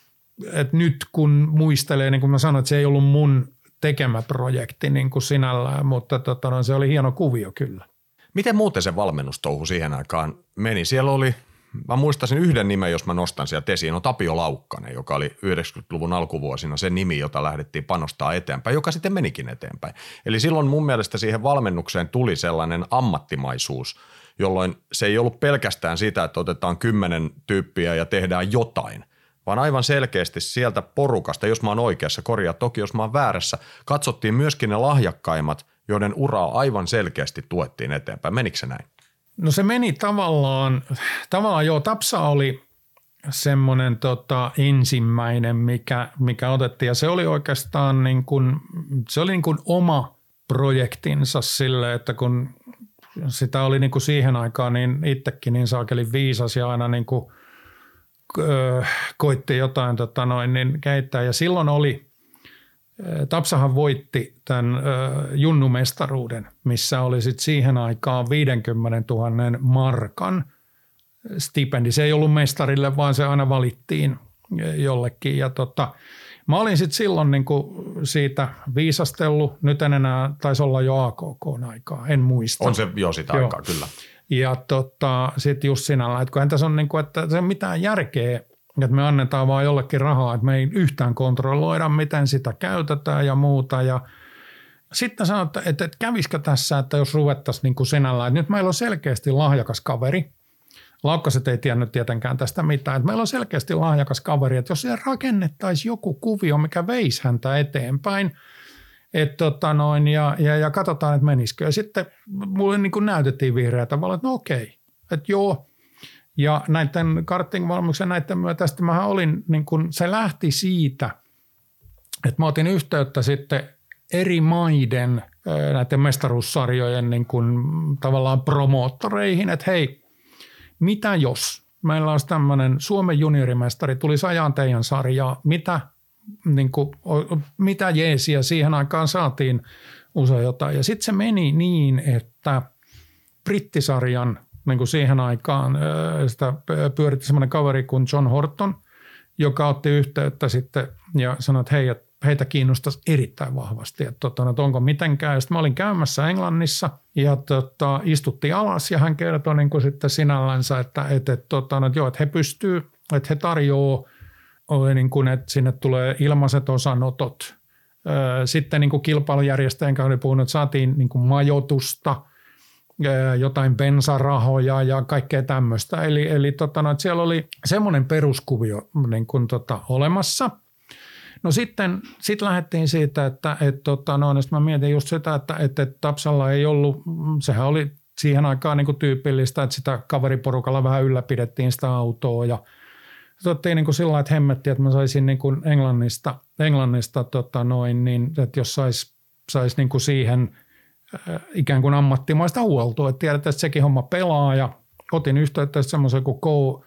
että nyt kun muistelee, niin kuin mä sanoin, että se ei ollut mun tekemä projekti niin kuin sinällään, mutta tota, no, se oli hieno kuvio kyllä. Miten muuten se valmennustouhu siihen aikaan meni? Siellä oli, mä muistaisin yhden nimen, jos mä nostan sieltä esiin, on Tapio Laukkanen, joka oli yhdeksänkymmentäluvun alkuvuosina se nimi, jota lähdettiin panostaa eteenpäin, joka sitten menikin eteenpäin. Eli silloin mun mielestä siihen valmennukseen tuli sellainen ammattimaisuus, jolloin se ei ollut pelkästään sitä, että otetaan kymmenen tyyppiä ja tehdään jotain, vaan aivan selkeästi sieltä porukasta, jos mä oon oikeassa, korjaa toki, jos mä oon väärässä, katsottiin myöskin ne lahjakkaimmat, joiden uraa aivan selkeästi tuettiin eteenpäin. Menikö se näin? No se meni tavallaan, tavallaan joo, Tapsa oli semmoinen tota, ensimmäinen, mikä, mikä otettiin ja se oli oikeastaan niin kuin, se oli niin kuin oma projektinsa sille, että kun sitä oli niin kuin siihen aikaan niin itsekin niin saakeli viisas ja aina niin kuin koitti jotain tota noin, niin kehittää. Ja silloin oli, Tapsahan voitti tämän junnumestaruuden, missä oli sitten siihen aikaan viisikymmentätuhatta markan stipendi. Se ei ollut mestarille, vaan se aina valittiin jollekin. Ja tota, mä olin sitten silloin niinku siitä viisastellut. Nyt en enää, taisi olla jo A K K:n aikaa, en muista. On se jo sitä Joo. aikaa, kyllä. Ja tota, sitten just sinällä, että kun tässä on niin kuin, että se on mitään järkeä, että me annetaan vaan jollekin rahaa, että me ei yhtään kontrolloida, miten sitä käytetään ja muuta. Ja, sitten sanoin, että, että kävisikö tässä, että jos ruvettaisiin niin kuin sinällään, että nyt meillä on selkeästi lahjakas kaveri. Laukkaset ei tiennyt tietenkään tästä mitään. Että meillä on selkeästi lahjakas kaveri, että jos siellä rakennettaisiin joku kuvio, mikä veisi häntä eteenpäin, et tota noin, ja, ja, ja katsotaan, että menisikö. Ja sitten mulle niin kuin näytettiin vihreä tavalla, että no okei, että joo. Ja näiden karting-valmennuksen näiden myötä sitten mähän olin, niin kuin, se lähti siitä, että mä otin yhteyttä sitten eri maiden näiden mestaruussarjojen niin kuin, tavallaan promoottoreihin, että hei, mitä jos meillä olisi tämmöinen Suomen juniorimestari, tulisi ajaan teidän sarjaa, mitä, niin kuin, mitä jeesiä siihen aikaan saatiin usein jotain. Ja sitten se meni niin, että brittisarjan niin kuin siihen aikaan sitä pyöritti semmoinen kaveri kuin John Horton, joka otti yhteyttä sitten ja sanoi, että hei, heitä kiinnostaisi erittäin vahvasti, että, tota, että onko mitenkään. Sitten mä olin käymässä Englannissa ja tota, istuttiin alas ja hän kertoi niin kuin sitten sinällänsä, että, että, että, tota, että, joo, että he pystyy, että he tarjoaa, niin kuin, että sinne tulee ilmaiset osanotot. Sitten niin kuin kilpailujärjestäjän kanssa oli puhunut, että saatiin niin kuin majoitusta, jotain bensarahoja ja kaikkea tämmöistä. Eli, eli tota, no, että siellä oli semmoinen peruskuvio niin kuin, tota, olemassa. No sitten sit lähdettiin siitä, että et, tota, no, mä mietin just sitä, että et, et Tapsalla ei ollut, sehän oli siihen aikaan niin kuin tyypillistä, että sitä kaveriporukalla vähän ylläpidettiin sitä autoa ja otettiin niin kuin sillä lailla, että hemmetti, että mä saisin niin kuin Englannista, Englannista tota, noin, niin, että jos sais, sais niin kuin siihen ikään kuin ammattimaista huoltoa, että tiedetään, että sekin homma pelaa ja otin yhteyttä semmoisen kuin Go,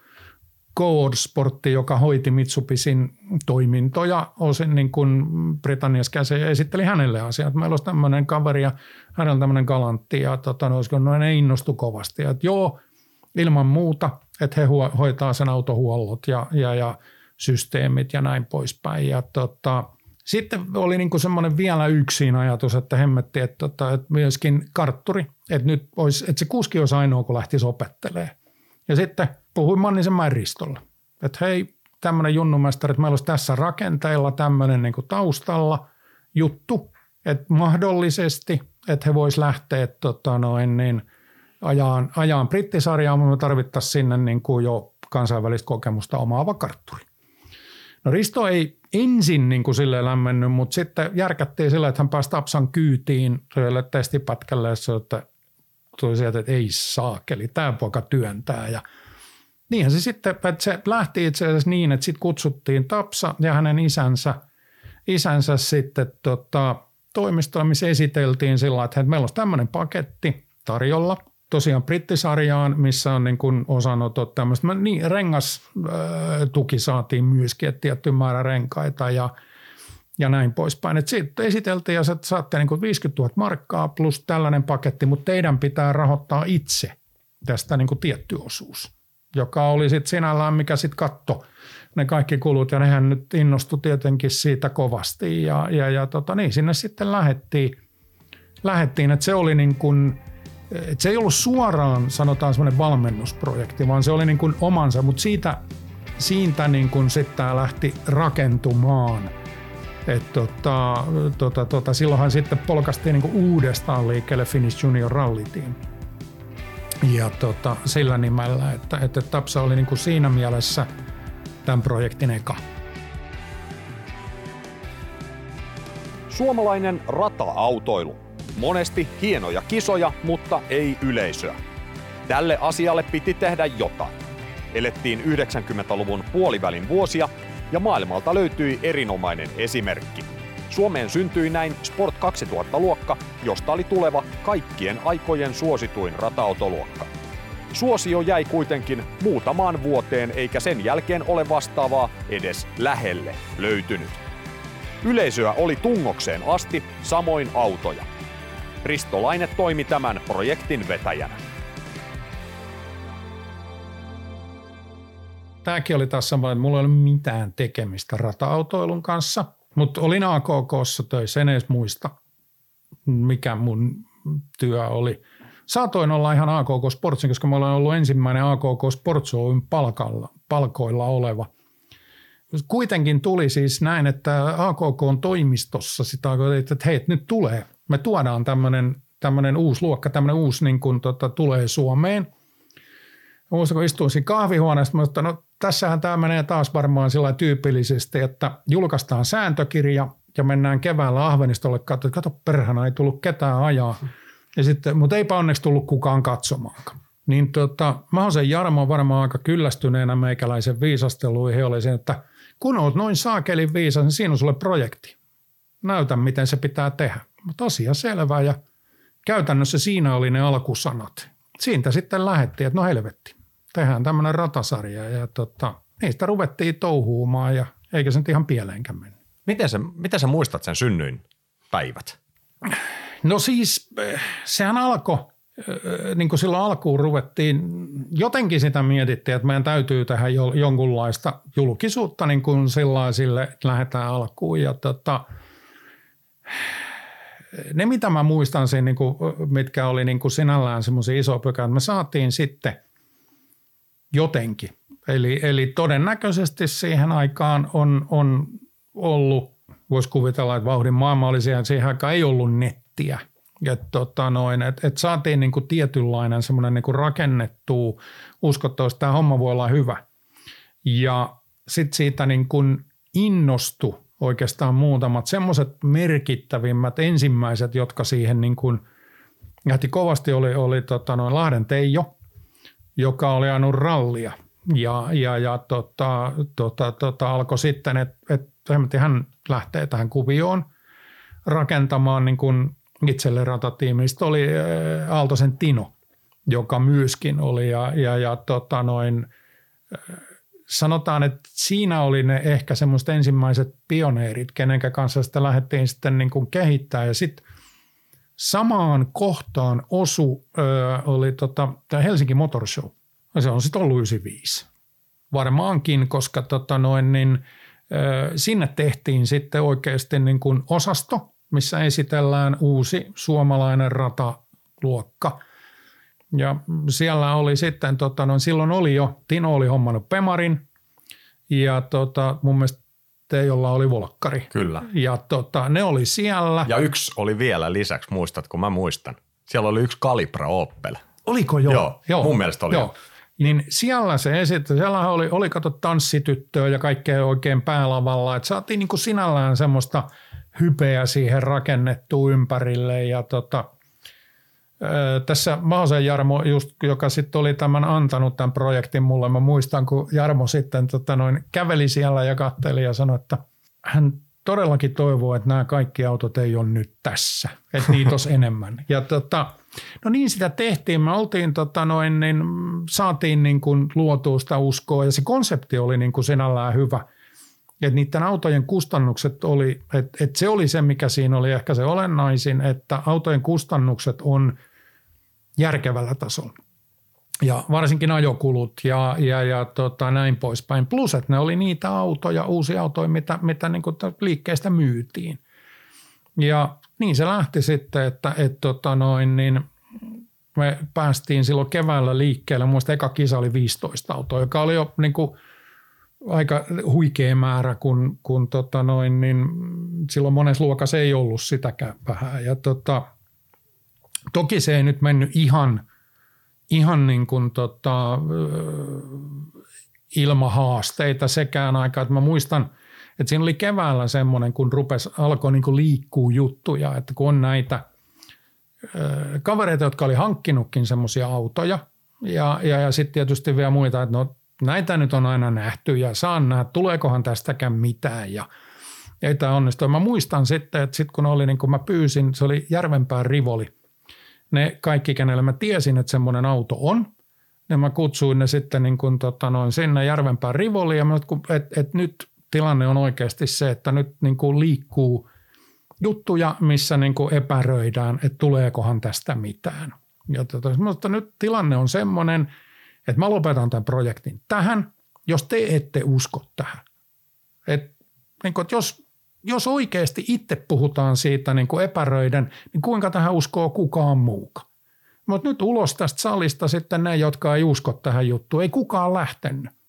Go Sportti, joka hoiti Mitsubisin toimintoja osin niin kuin Britanniassa käsi ja esitteli hänelle asiat. Meillä olisi tämmöinen kaveri ja hänellä tämmöinen galantti ja tota, no, no, ne innostu kovasti. Ja, että joo, ilman muuta, että he huo, hoitaa sen autohuollot ja, ja, ja systeemit ja näin poispäin. Ja tota, sitten oli niin kuin semmoinen vielä yksin ajatus, että hemmetti, että, tota, että myöskin kartturi, että, nyt olisi, että se kuski olisi ainoa, kun lähtisi opettelemaan. Ja sitten puhuin Mannisen Ristolle, että hei, tämmöinen junnumestari, että meillä olisi tässä rakenteilla tämmöinen niin kuin taustalla juttu, että mahdollisesti, että he vois lähteä tota noin, niin, ajaan, ajaan brittisarjaa, mutta me tarvittaisiin sinne niin kuin jo kansainvälistä kokemusta omaava kartturi. No Risto ei ensin niin kuin silleen lämmennyt, mutta sitten järkättiin sillä, että hän pääsi Tapsan kyytiin sille testipätkälle, että tuli sieltä, että ei saakeli, tämä poika työntää. Ja niinhän se sitten, että se lähti itse asiassa niin, että sitten kutsuttiin Tapsa ja hänen isänsä, isänsä sitten tota, toimistoon, missä esiteltiin sillä, että meillä olisi tämmöinen paketti tarjolla. Tosiaan brittisarjaan, missä on niin kuin osanotot tämmöistä, niin rengastuki saatiin myöskin, että tietty määrä renkaita ja, ja näin poispäin. Että sitten esiteltiin ja saatte niin kuin viisikymmentätuhatta markkaa plus tällainen paketti, mutta teidän pitää rahoittaa itse tästä niin kuin tietty osuus, joka oli sitten sinällään, mikä sitten katto ne kaikki kulut ja nehän nyt innostui tietenkin siitä kovasti ja, ja, ja tota, niin sinne sitten lähettiin, lähettiin että se oli niin kuin et se ei ollut suoraan, sanotaan, semmoinen valmennusprojekti, vaan se oli niin kuin omansa, mutta siitä, siitä niin kuin sitten tämä lähti rakentumaan. Et tota, tota, tota, silloinhan sitten polkastiin niin kuin uudestaan liikkeelle Finnish Junior Rally Team. Ja tota, sillä nimellä, että, että Tapsa oli niin kuin siinä mielessä tämän projektin eka. Suomalainen rata-autoilu. Monesti hienoja kisoja, mutta ei yleisöä. Tälle asialle piti tehdä jotain. Elettiin yhdeksänkymmentäluvun puolivälin vuosia ja maailmalta löytyi erinomainen esimerkki. Suomeen syntyi näin Sport kaksituhatta-luokka, josta oli tuleva kaikkien aikojen suosituin rata-autoluokka. Suosio jäi kuitenkin muutamaan vuoteen eikä sen jälkeen ole vastaavaa edes lähelle löytynyt. Yleisöä oli tungokseen asti, samoin autoja. Risto Laine toimi tämän projektin vetäjänä. Tämäkin oli taas sama, että mulla ei ollut mitään tekemistä rata-autoilun kanssa, mutta olin A K K:ssa töissä, en edes muista, mikä mun työ oli. Saatoin olla ihan A K K Sportsin, koska mä olen ollut ensimmäinen A K K Sports Oyn palkalla, palkoilla oleva. Kuitenkin tuli siis näin, että A K K:n toimistossa sitä, että hei, nyt tulee me tuodaan tämmöinen, tämmöinen uusi luokka, tämmöinen uusi niin kuin, tota, tulee Suomeen. Muista, kun istuin siinä kahvihuoneessa, mutta no tässähän tämä menee taas varmaan sillä tyypillisesti, että julkaistaan sääntökirja ja mennään keväällä Ahvenistolle katsomaan, että kato perhana, ei tullut ketään ajaa. Ja sitten, mutta eipä onneksi tullut kukaan katsomaankaan. Niin tota, mä oon sen Jarmo varmaan aika kyllästyneenä meikäläisen viisasteluihin. He oli sen, että kun oot noin saakelin viisas, niin siinä on sulle projekti. Näytä, miten se pitää tehdä. Mutta asia selvä ja käytännössä siinä oli ne alkusanat. Siitä sitten lähdettiin, että no helvetti, tehdään tämmöinen ratasarja ja tota, niistä ruvettiin touhuumaan ja eikä se nyt ihan pieleenkään mennyt. Miten sä, miten sä muistat sen synnyinpäivät? No siis sehän alkoi, niin kuin silloin alkuun ruvettiin, jotenkin sitä mietittiin, että meidän täytyy tehdä jonkunlaista julkisuutta niin kuin sille, että lähdetään alkuun. Ja tota, ne, mitä mä muistan siinä, niin kuin, mitkä oli niin kuin sinällään semmoisia isoja pykää, me saatiin sitten jotenkin. Eli, eli todennäköisesti siihen aikaan on, on ollut, voisi kuvitella, että vauhdin maailma oli siihen, siihen aikaan ei ollut nettiä. Että tota et, et saatiin niinku tietynlainen semmoinen niinku rakennettu uskottavasti, että tämä homma voi olla hyvä. Ja sitten siitä niinku innostui oikeastaan muutamat semmoiset merkittävimmät ensimmäiset, jotka siihen niinku lähti kovasti, oli, oli tota noin Lahden Teijo, joka oli ajanut rallia. Ja, ja, ja tota, tota, tota, alkoi sitten, että et, hän lähtee tähän kuvioon rakentamaan niin kuin itselle ratatiimistä. Oli Aaltosen Tino, joka myöskin oli. Ja, ja, ja tota noin, sanotaan, että siinä oli ne ehkä semmoiset ensimmäiset pioneerit, kenen kanssa sitä lähdettiin sitten niin kuin kehittää. Ja sitten samaan kohtaan osu ö, oli tota, tämä Helsinki Motor Show. Se on sitten ollut yhdeksänkymmentäviisi. Varmaankin, koska tota noin, niin, ö, sinne tehtiin sitten oikeasti niin kuin osasto, missä esitellään uusi suomalainen rataluokka. Ja siellä oli sitten, tota noin, silloin oli jo, Tino oli hommannut Pemarin ja tota, mun mielestä Teijolla oli Volkkari. Kyllä. Ja tota, ne oli siellä. Ja yksi oli vielä lisäksi, muistatko? Mä muistan. Siellä oli yksi Calibra Opel. Oliko jo? Joo, joo. Mun mielestä oli joo. jo. Niin siellä se esitti, siellä oli, oli kato tanssityttöä ja kaikkea oikein päälavalla, että saatiin niin kuin sinällään semmoista hypeä siihen rakennettua ympärille ja tota, ää, tässä Mahosen Jarmo, just, joka sitten oli tämän antanut tämän projektin mulle, mä muistan kun Jarmo sitten tota noin, käveli siellä ja katseli ja sanoi, että hän todellakin toivoo, että nämä kaikki autot ei ole nyt tässä, että niitä olisi enemmän. Ja tota, no niin sitä tehtiin, me oltiin tota noin, niin saatiin niin kuin luotua sitä uskoa ja se konsepti oli niin kuin sinällään hyvä. Että niiden autojen kustannukset oli, että, että se oli se, mikä siinä oli ehkä se olennaisin, että autojen kustannukset on järkevällä tasolla. Ja varsinkin ajokulut ja, ja, ja tota, näin poispäin. Plus, että ne oli niitä autoja, uusia autoja, mitä, mitä niin kuin liikkeestä myytiin. Ja niin se lähti sitten, että et, tota noin, niin me päästiin silloin keväällä liikkeelle. Muista eka kisa oli viisitoista autoa, joka oli jo niin kuin aika huikea määrä, kun, kun tota noin, niin silloin monessa luokassa ei ollut sitäkään vähän. Ja tota, toki se ei nyt mennyt ihan, ihan niin kuin tota, ilmahaasteita sekään aikaa. Että mä muistan, että siinä oli keväällä semmoinen, kun rupesi, alkoi niin kuin liikkuu juttuja, että kun on näitä ö, kavereita, jotka oli hankkinutkin semmoisia autoja ja, ja, ja sitten tietysti vielä muita, että no näitä nyt on aina nähty ja saan nähdä, tuleekohan tästäkään mitään ja ei tämä onnistu. Mä muistan sitten, että sitten kun oli niin kuin mä pyysin, se oli Järvenpään Rivoli. Ne kaikki, kenelle mä tiesin, että semmoinen auto on, niin mä kutsuin ne sitten niin kuin tota noin sinne Järvenpään Rivoliin ja että et nyt tilanne on oikeasti se, että nyt niin kuin liikkuu juttuja, missä niin kuin epäröidään, että tuleekohan tästä mitään. Ja tota, mutta nyt tilanne on semmoinen, että mä lopetan tämän projektin tähän, jos te ette usko tähän. Et, niin kuin, että jos, jos oikeasti itse puhutaan siitä niin kuin epäröiden, niin kuinka tähän uskoo kukaan muukaan. Mutta nyt ulos tästä salista sitten ne, jotka ei usko tähän juttuun, ei kukaan lähtenyt.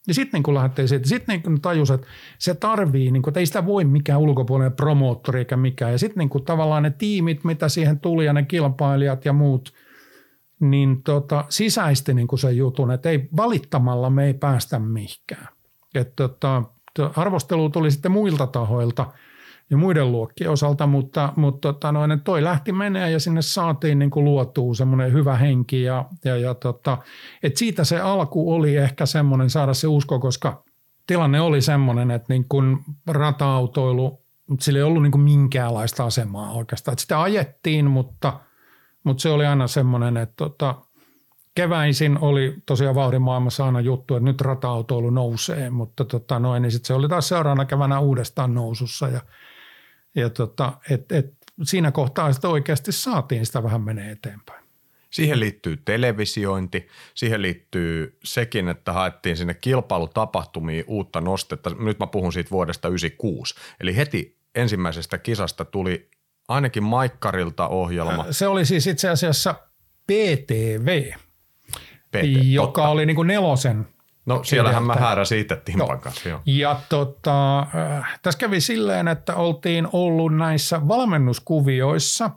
Ja sitten niin lähdettiin siitä. Sitten niin tajus, että se tarvii, niin kuin, että ei sitä voi mikään ulkopuolinen promoottori eikä mikään. Ja sitten niin tavallaan ne tiimit, mitä siihen tuli ja ne kilpailijat ja muut, niin tota, sisäisti niin sen jutun, että ei valittamalla me ei päästä mihinkään. Että tota, arvostelu tuli sitten muilta tahoilta ja muiden luokkien osalta, mutta, mutta tota, noin, toi lähti menee ja sinne saatiin niin kuin luotua semmoinen hyvä henki ja, ja, ja tota, että siitä se alku oli ehkä semmoinen saada se usko, koska tilanne oli semmoinen, että niin kuin rata-autoilu, sillä ei ollut niin kuin minkäänlaista asemaa oikeastaan, että sitä ajettiin, mutta, mutta se oli aina semmoinen, että tota, keväisin oli tosiaan vauhdin maailmassa aina juttu, että nyt rata-autoilu nousee, mutta tota, noin, niin sitten se oli taas seuraavana keväänä uudestaan nousussa ja Ja tota, et, et siinä kohtaa sitten oikeasti saatiin sitä vähän menee eteenpäin. Siihen liittyy televisiointi, siihen liittyy sekin, että haettiin sinne kilpailutapahtumiin uutta nostetta. Nyt mä puhun siitä vuodesta yhdeksänkymmentäkuusi. Eli heti ensimmäisestä kisasta tuli ainakin Maikkarilta ohjelma. Se oli siis itse asiassa P T V, P T, joka totta. oli niin kuin nelosen. No siellähän mä hääräsin itse Timpan kanssa. Joo. Ja tota, äh, tässä kävi silleen, että oltiin ollut näissä valmennuskuvioissa.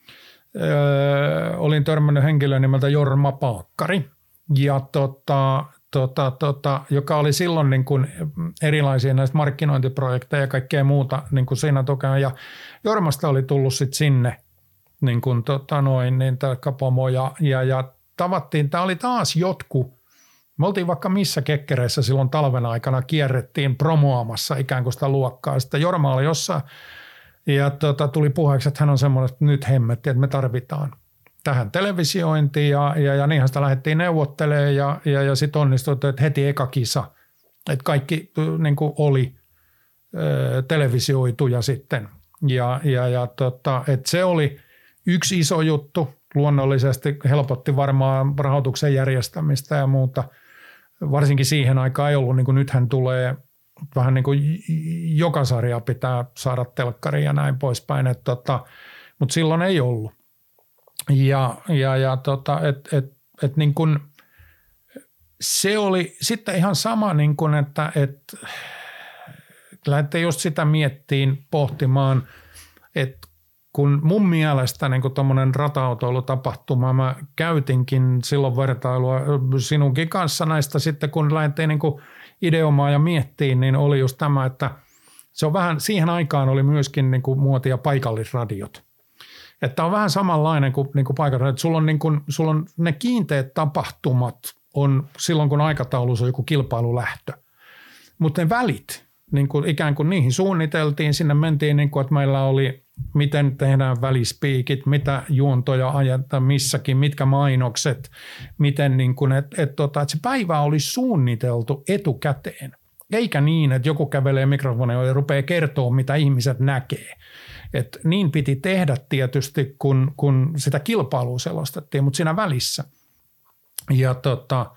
Öö, olin törmännyt henkilön nimeltä Jorma Paakkari, ja tota, tota, tota, joka oli silloin niin kuin erilaisia näistä markkinointiprojekteja ja kaikkea muuta niin kuin siinä tukena. Ja Jormasta oli tullut sitten sinne niin kuin, tota, noin, niin pomo ja, ja, ja tavattiin. Tämä oli taas jotkut. Me oltiin vaikka missä kekkereissä silloin talven aikana, kierrettiin promoamassa ikään kuin sitä luokkaa. Sitten Jorma oli jossain ja tota, tuli puheeksi, että hän on semmoinen, että nyt hemmetti, että me tarvitaan tähän televisiointiin. Ja, ja, ja niinhän sitä lähdettiin neuvottelemaan ja, ja, ja sitten onnistui, että heti eka kisa. Että kaikki niin kuin oli ö, televisioituja sitten. Ja, ja, ja tota, että se oli yksi iso juttu. Luonnollisesti helpotti varmaan rahoituksen järjestämistä ja muuta. Varsinkin siihen aikaan ei ollut, niin kuin nythän tulee vähän niin kuin joka sarja pitää saada telkkariin ja näin poispäin, että tota, mutta silloin ei ollut. Ja, ja, ja tota, et, et, et niin kuin, se oli sitten ihan sama, niin kuin, että et, lähdettiin just sitä miettiin, pohtimaan, että kun mun mielestä niin tuommoinen rata-autoilutapahtuma, mä käytinkin silloin vertailua sinunkin kanssa näistä sitten, kun lähdettiin niin ideomaan ja miettiin, niin oli just tämä, että se on vähän, siihen aikaan oli myöskin niin kuin muotia paikallisradiot. Että on vähän samanlainen kuin, niin kuin paikallisradiot. Sulla on, niin kuin, sulla on ne kiinteät tapahtumat on silloin, kun aikataulussa on joku kilpailulähtö. Mutta ne välit, niin kuin ikään kuin niihin suunniteltiin, sinne mentiin, niin kuin, että meillä oli miten tehdään välispiikit, mitä juontoja ajetaan missäkin, mitkä mainokset, miten niin kuin, että et, tota, et se päivä oli suunniteltu etukäteen. Eikä niin, että joku kävelee mikrofonia ja rupeaa kertoa, mitä ihmiset näkee. Et niin piti tehdä tietysti, kun, kun sitä kilpailua selostettiin, mutta siinä välissä. Ja tota,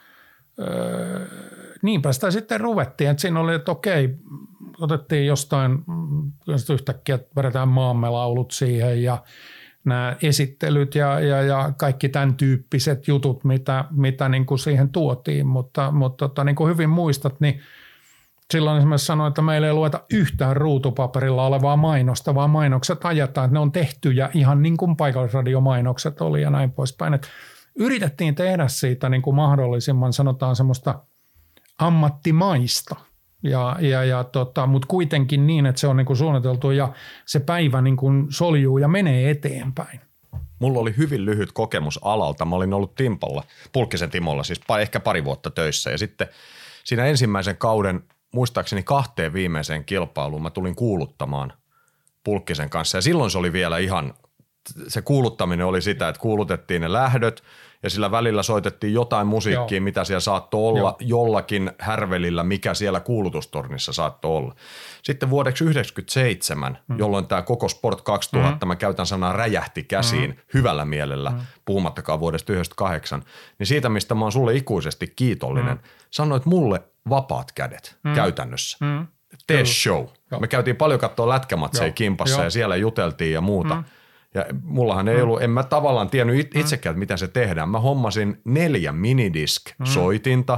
öö, niinpä sitä sitten ruvettiin, että siinä oli, että okei, otettiin jostain, yhtäkkiä vedetään maamme laulut siihen ja nämä esittelyt ja, ja, ja kaikki tämän tyyppiset jutut, mitä, mitä niin kuin siihen tuotiin. Mutta, mutta tota, niin kuin hyvin muistat, niin silloin esimerkiksi sanoin, että meillä ei lueta yhtään ruutupaperilla olevaa mainosta, vaan mainokset ajetaan, että ne on tehtyjä ihan niin kuin paikallisradiomainokset oli ja näin poispäin. Että yritettiin tehdä siitä niin kuin mahdollisimman, sanotaan semmoista ammattimaista. Ja, ja, ja tota, mutta kuitenkin niin, että se on niinku suunniteltu ja se päivä niinku soljuu ja menee eteenpäin. Mulla oli hyvin lyhyt kokemus alalta. Mä olin ollut Timpalla, Pulkkisen Timolla, siis ehkä pari vuotta töissä. Ja sitten siinä ensimmäisen kauden, muistaakseni kahteen viimeiseen kilpailuun, mä tulin kuuluttamaan Pulkkisen kanssa. Ja silloin se oli vielä ihan, se kuuluttaminen oli sitä, että kuulutettiin ne lähdöt. Ja sillä välillä soitettiin jotain musiikkia, Joo. mitä siellä saattoi olla Joo. jollakin härvelillä, mikä siellä kuulutustornissa saattoi olla. Sitten vuodeksi yhdeksänkymmentäseitsemän, mm. jolloin tämä koko Sport kaksituhatta, mm. mä käytän sanaa räjähti käsiin mm. hyvällä mielellä, mm. puhumattakaan vuodesta yhdeksänkymmentäkahdeksan, niin siitä, mistä mä oon sulle ikuisesti kiitollinen, mm. sanoit mulle vapaat kädet mm. käytännössä. Mm. Tee show. Joo. Me käytiin paljon katsoa lätkämatseja kimpassa Joo. ja siellä juteltiin ja muuta. Mm. Ja mullahan ei ollut, en mä tavallaan tiennyt itsekään, että miten se tehdään. Mä hommasin neljä minidisk-soitinta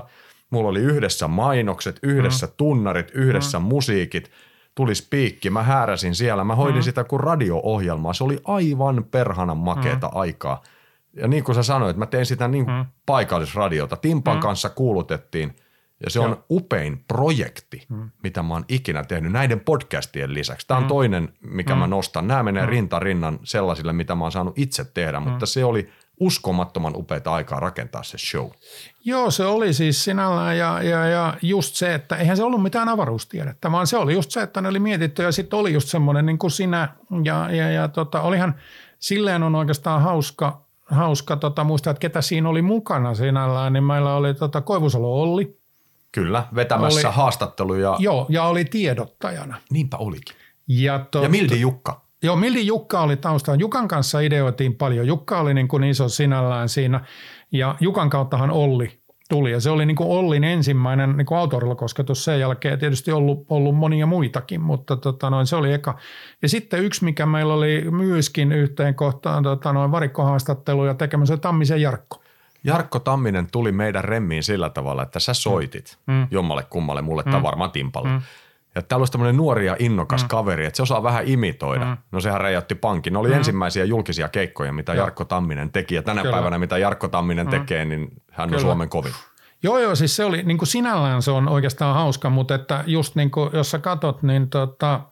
Mulla oli yhdessä mainokset, yhdessä mm. tunnarit, yhdessä mm. musiikit. Tuli spiikki, mä hääräsin siellä. Mä hoidin mm. sitä kuin radio-ohjelmaa. Se oli aivan perhanan makeata mm. aikaa. Ja niin kuin sä sanoit, mä tein sitä niin mm. paikallisradiota. Timpan mm. kanssa kuulutettiin. Ja se on Joo. upein projekti, mm. mitä mä oon ikinä tehnyt näiden podcastien lisäksi. Tämä on mm. toinen, mikä mm. mä nostan. Nämä menee mm. rinta rinnan sellaisille, mitä mä oon saanut itse tehdä, mm. mutta se oli uskomattoman upeita aikaa rakentaa se show. Joo, se oli siis sinällään ja, ja, ja just se, että eihän se ollut mitään avaruustiedettä, vaan se oli just se, että ne oli mietitty ja sitten oli just semmoinen niin kuin sinä ja, ja, ja tota, olihan silleen on oikeastaan hauska, hauska tota, muistaa, että ketä siinä oli mukana sinällään, niin meillä oli tota, Koivusalo Olli. Kyllä, vetämässä oli, haastatteluja. Joo, ja oli tiedottajana. Niinpä olikin. Ja, tot, ja Mildi Jukka. Joo, Mildi Jukka oli taustalla. Jukan kanssa ideoitiin paljon. Jukka oli niin kuin iso sinällään siinä ja Jukan kauttahan Olli tuli. Ja se oli niin kuin Ollin ensimmäinen niin kuin autorilla kosketus sen jälkeen. Tietysti ollut, ollut monia muitakin, mutta tota noin, se oli eka. Ja sitten yksi, mikä meillä oli myöskin yhteen kohtaan tota noin varikkohaastatteluja tekemässä, Tammisen Jarkko. Jarkko Tamminen tuli meidän remmiin sillä tavalla, että sä soitit mm. jommalle kummalle, mulle mm. tai varmaan Timpalle. Mm. Ja täällä olisi tämmöinen nuori ja innokas mm. kaveri, että se osaa vähän imitoida. Mm. No sehän räjäytti pankin. Ne oli mm. ensimmäisiä julkisia keikkoja, mitä Joo. Jarkko Tamminen teki. Ja tänä Kyllä. päivänä, mitä Jarkko Tamminen mm. tekee, niin hän Kyllä. on Suomen kovin. Joo, joo, siis se oli, niin kuin sinällään se on oikeastaan hauska, mutta että just niin kuin, jos sä katot, niin tota,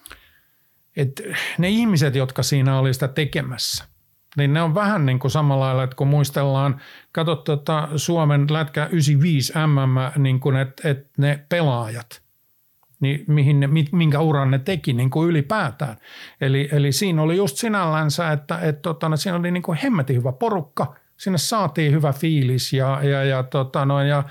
että ne ihmiset, jotka siinä oli sitä tekemässä, niin ne on vähän niin kuin samalla lailla, että kun muistellaan, katsot tota Suomen lätkä yhdeksänkymmentäviisi M M, niin kuin että et ne pelaajat, niin mihin ne, minkä uran ne teki niin kuin ylipäätään. Eli, eli siinä oli just sinällänsä, että et, tota, siinä oli niin kuin hemmetin hyvä porukka, sinne saatiin hyvä fiilis ja, ja, ja, tota, noin, ja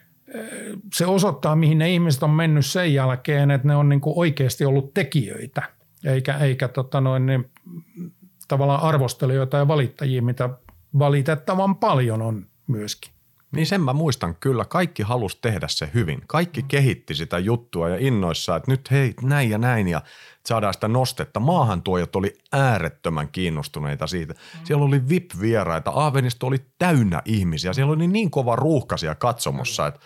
se osoittaa, mihin ne ihmiset on mennyt sen jälkeen, että ne on niin kuin oikeasti ollut tekijöitä, eikä, eikä tota, noin, niin, tavallaan arvostelijoita ja valittajia, mitä valitettavan paljon on myöskin. Niin sen mä muistan kyllä. Kaikki halusi tehdä se hyvin. Kaikki kehitti sitä juttua ja innoissaan, että nyt hei näin ja näin ja saadaan sitä nostetta. Maahantuojat oli äärettömän kiinnostuneita siitä. Siellä oli V I P-vieraita. Aavenisto oli täynnä ihmisiä. Siellä oli niin kova ruuhkaisia katsomossa, että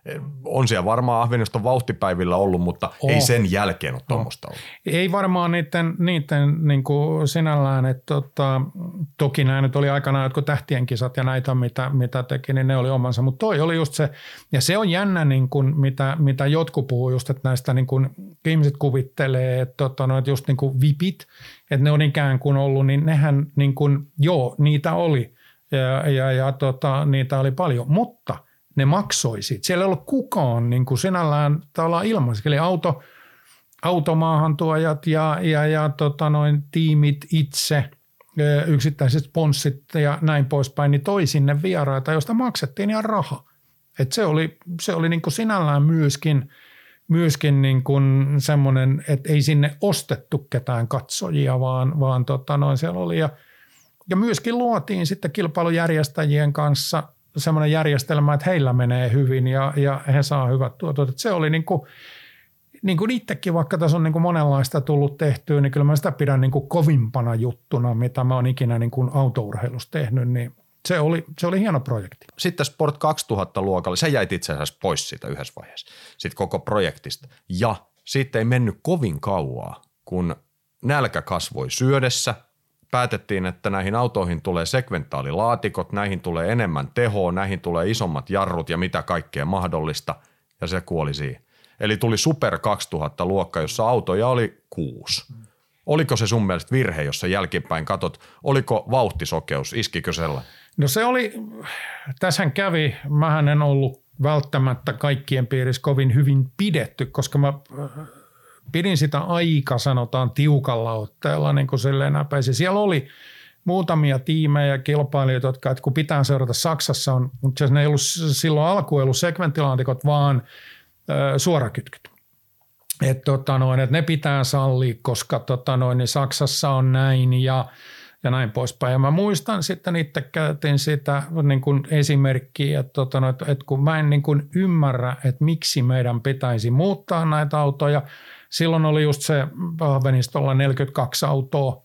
on siellä varmaan Ahveniston vauhtipäivillä ollut, mutta oh. ei sen jälkeen ole tuommoista ollut. Ei varmaan niiden, niiden niin kuin sinällään, että tota, toki nämä nyt oli aikanaan jotkut tähtien kisat ja näitä, mitä, mitä teki, niin ne oli omansa, mutta toi oli just se, ja se on jännä, niin kuin, mitä, mitä jotkut puhuu just, että näistä niin kuin, ihmiset kuvittelee, että, tota, no, että just niin kuin vipit, että ne on ikään kuin ollut, niin nehän niin kuin, joo, niitä oli ja, ja, ja tota, niitä oli paljon, mutta ne maksoi siitä. Siellä ei ollut kukaan niin kuin sinällään tavallaan ilmaisesti. Eli auto, automaahantuojat ja, ja, ja tota noin, tiimit itse, yksittäiset sponssit ja näin poispäin, niin toi sinne vieraita, josta maksettiin ihan raha. Et se oli, se oli niin kuin sinällään myöskin, myöskin niin kuin semmoinen, että ei sinne ostettu ketään katsojia, vaan, vaan tota noin siellä oli. Ja, ja myöskin luotiin sitten kilpailujärjestäjien kanssa semmoinen järjestelmä, että heillä menee hyvin ja, ja he saa hyvät tuotot. Että se oli niin kuin, niin kuin itsekin, vaikka tässä on niin kuin monenlaista tullut tehtyä, niin kyllä mä sitä pidän niin kuin kovimpana juttuna, mitä mä oon ikinä niin kuin autourheilussa tehnyt, niin se oli, se oli hieno projekti. Sitten Sport kaksituhatta-luokalla, sä jäit itse asiassa pois siitä yhdessä vaiheessa, sitten koko projektista. Ja sitten ei mennyt kovin kauaa, kun nälkä kasvoi syödessä. Päätettiin, että näihin autoihin tulee sekventaalilaatikot, näihin tulee enemmän tehoa, näihin tulee isommat jarrut ja mitä kaikkea mahdollista, ja se kuoli siihen. Eli tuli Super kaksituhatta-luokka, jossa autoja oli kuusi. Oliko se sun mielestä virhe, jos sä jälkipäin katot, oliko vauhtisokeus, iskikö sellainen? No se oli, tässähän kävi, mähän en ollut välttämättä kaikkien piirissä kovin hyvin pidetty, koska mä pidin sitä aika, sanotaan, tiukalla otteella, niin kuin silleen näpäisin. Siellä oli muutamia tiimejä ja kilpailijoita, jotka, että kun pitää seurata Saksassa, on, mutta ne ei ollut silloin alkuun ei ollut sekventtilaatikot, vaan ö, suorakytkyt. Että tota noin, et ne pitää sallia, koska tota noin, niin Saksassa on näin ja, ja näin poispäin. Ja mä muistan sitten itse käytin sitä niin kuin esimerkkiä, että, tota noin, että kun mä en niin kuin ymmärrä, että miksi meidän pitäisi muuttaa näitä autoja. Silloin oli just se Ahvenistolla neljäkymmentäkaksi autoa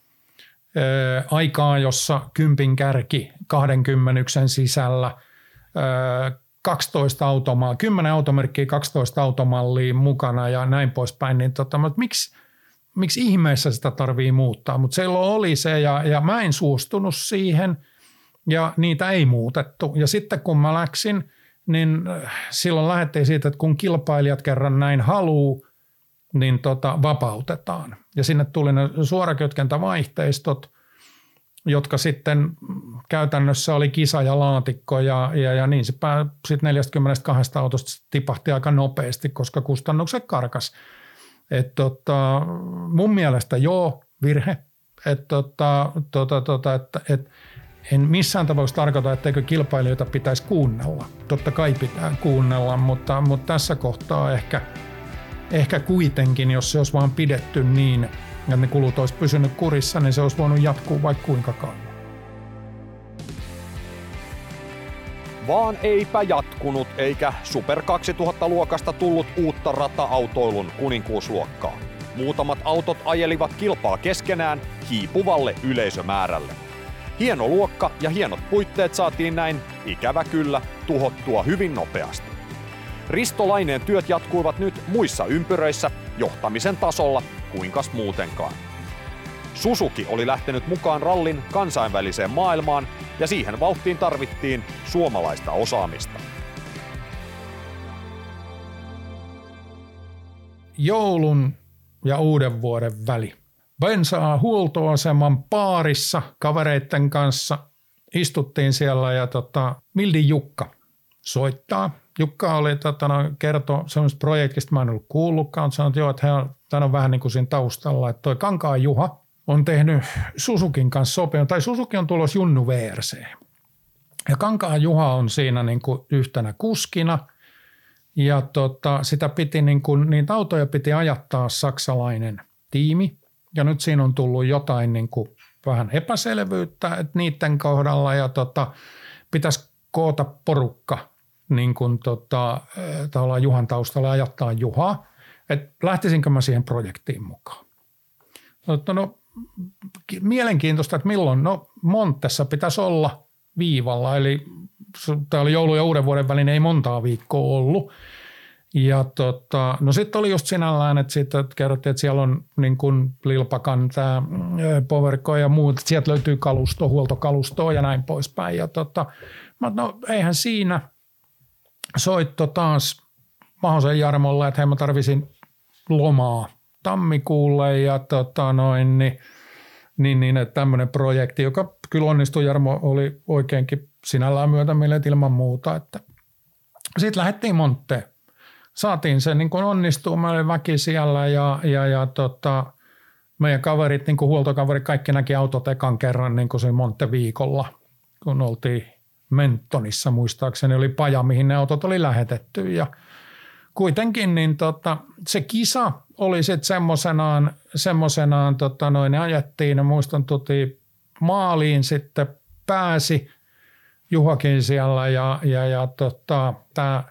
ää, aikaa, jossa kympin kärki kahdenkymmenen sisällä ää, kaksitoista automallia, kymmenen automerkkiä, kaksitoista automallia mukana ja näin poispäin, niin tota, mutta miksi, miksi ihmeessä sitä tarvii muuttaa? Mutta silloin oli se ja, ja mä en suostunut siihen ja niitä ei muutettu. Ja sitten kun mä läksin, niin silloin lähdettiin siitä, että kun kilpailijat kerran näin haluu, niin tota, vapautetaan. Ja sinne tuli ne suorakytkentävaihteistot, jotka sitten käytännössä oli kisa ja laatikko ja, ja, ja niin se sitten neljästäkymmenestäkahdesta autosta tipahti aika nopeasti, koska kustannukset karkas. Et tota, mun mielestä joo, virhe. Et tota, tota, tota, et, et, en missään tapauksessa tarkoita, etteikö kilpailijoita pitäisi kuunnella. Totta kai pitää kuunnella, mutta, mutta tässä kohtaa ehkä, ehkä kuitenkin, jos se olisi vaan pidetty niin, ja ne kulut olisi pysynyt kurissa, niin se olisi voinut jatkuu vaikka kuinka kauan. Vaan eipä jatkunut, eikä Super kaksituhatta-luokasta tullut uutta rata-autoilun kuninkuusluokkaa. Muutamat autot ajelivat kilpaa keskenään hiipuvalle yleisömäärälle. Hieno luokka ja hienot puitteet saatiin näin, ikävä kyllä, tuhottua hyvin nopeasti. Risto Laineen työt jatkuivat nyt muissa ympyröissä johtamisen tasolla, kuinkas muutenkaan. Suzuki oli lähtenyt mukaan rallin kansainväliseen maailmaan ja siihen vauhtiin tarvittiin suomalaista osaamista. Joulun ja uuden vuoden väli. Bensaa huoltoaseman baarissa kavereitten kanssa istuttiin siellä ja tota, Mildin Jukka soittaa. Jukka oli, tota, no, kertoi semmoisesta projektista, mä en ollut kuullutkaan, sanoi, että joo, että tämä on vähän niin kuin siinä taustalla, että toi Kankaan Juha on tehnyt Suzukin kanssa sopimuksen, tai Suzuki on tulossa Junnu V R C. Ja Kankaan Juha on siinä niin kuin yhtenä kuskina, ja tota, sitä piti niin kuin, niitä autoja piti ajattaa saksalainen tiimi, ja nyt siinä on tullut jotain niin kuin vähän epäselvyyttä että niiden kohdalla, ja tota, pitäisi koota porukka niin kuin tota, tavallaan Juhan taustalla ajattaa Juhaa, että lähtisinkö mä siihen projektiin mukaan. No, no mielenkiintoista, että milloin, no Montessa pitäisi olla viivalla, eli tämä oli joulu ja uuden vuoden välin ei montaa viikkoa ollut. Ja tota, no sitten oli just sinällään, että sitten kerrottiin, että siellä on niin kuin Lilpakan tämä Powerco ja muut, että sieltä löytyy kalustoa, huoltokalustoa ja näin poispäin. Ja tota, no eihän siinä soitto taas Mahosen Jarmolle, että hei mä tarvisin lomaa tammikuulle ja tota noin, niin, niin, niin että tämmöinen projekti, joka kyllä onnistui, Jarmo oli oikeinkin sinällään myötämielinen ilman muuta. Sitten lähdettiin Montteen. Saatiin se niin kuin onnistua, meillä oli väki siellä ja, ja, ja tota, meidän kaverit, niin kuin huoltokaverit, kaikki näki autot ekan kerran niin kuin siinä Monte-viikolla, kun oltiin Mentonissa muistaakseni, oli paja, mihin ne autot oli lähetetty ja kuitenkin niin tota, se kisa oli sitten semmoisenaan, semmoisenaan tota noin, ne ajettiin, ja muistan tutiin maaliin sitten pääsi Juhakin siellä ja, ja, ja tota, tämä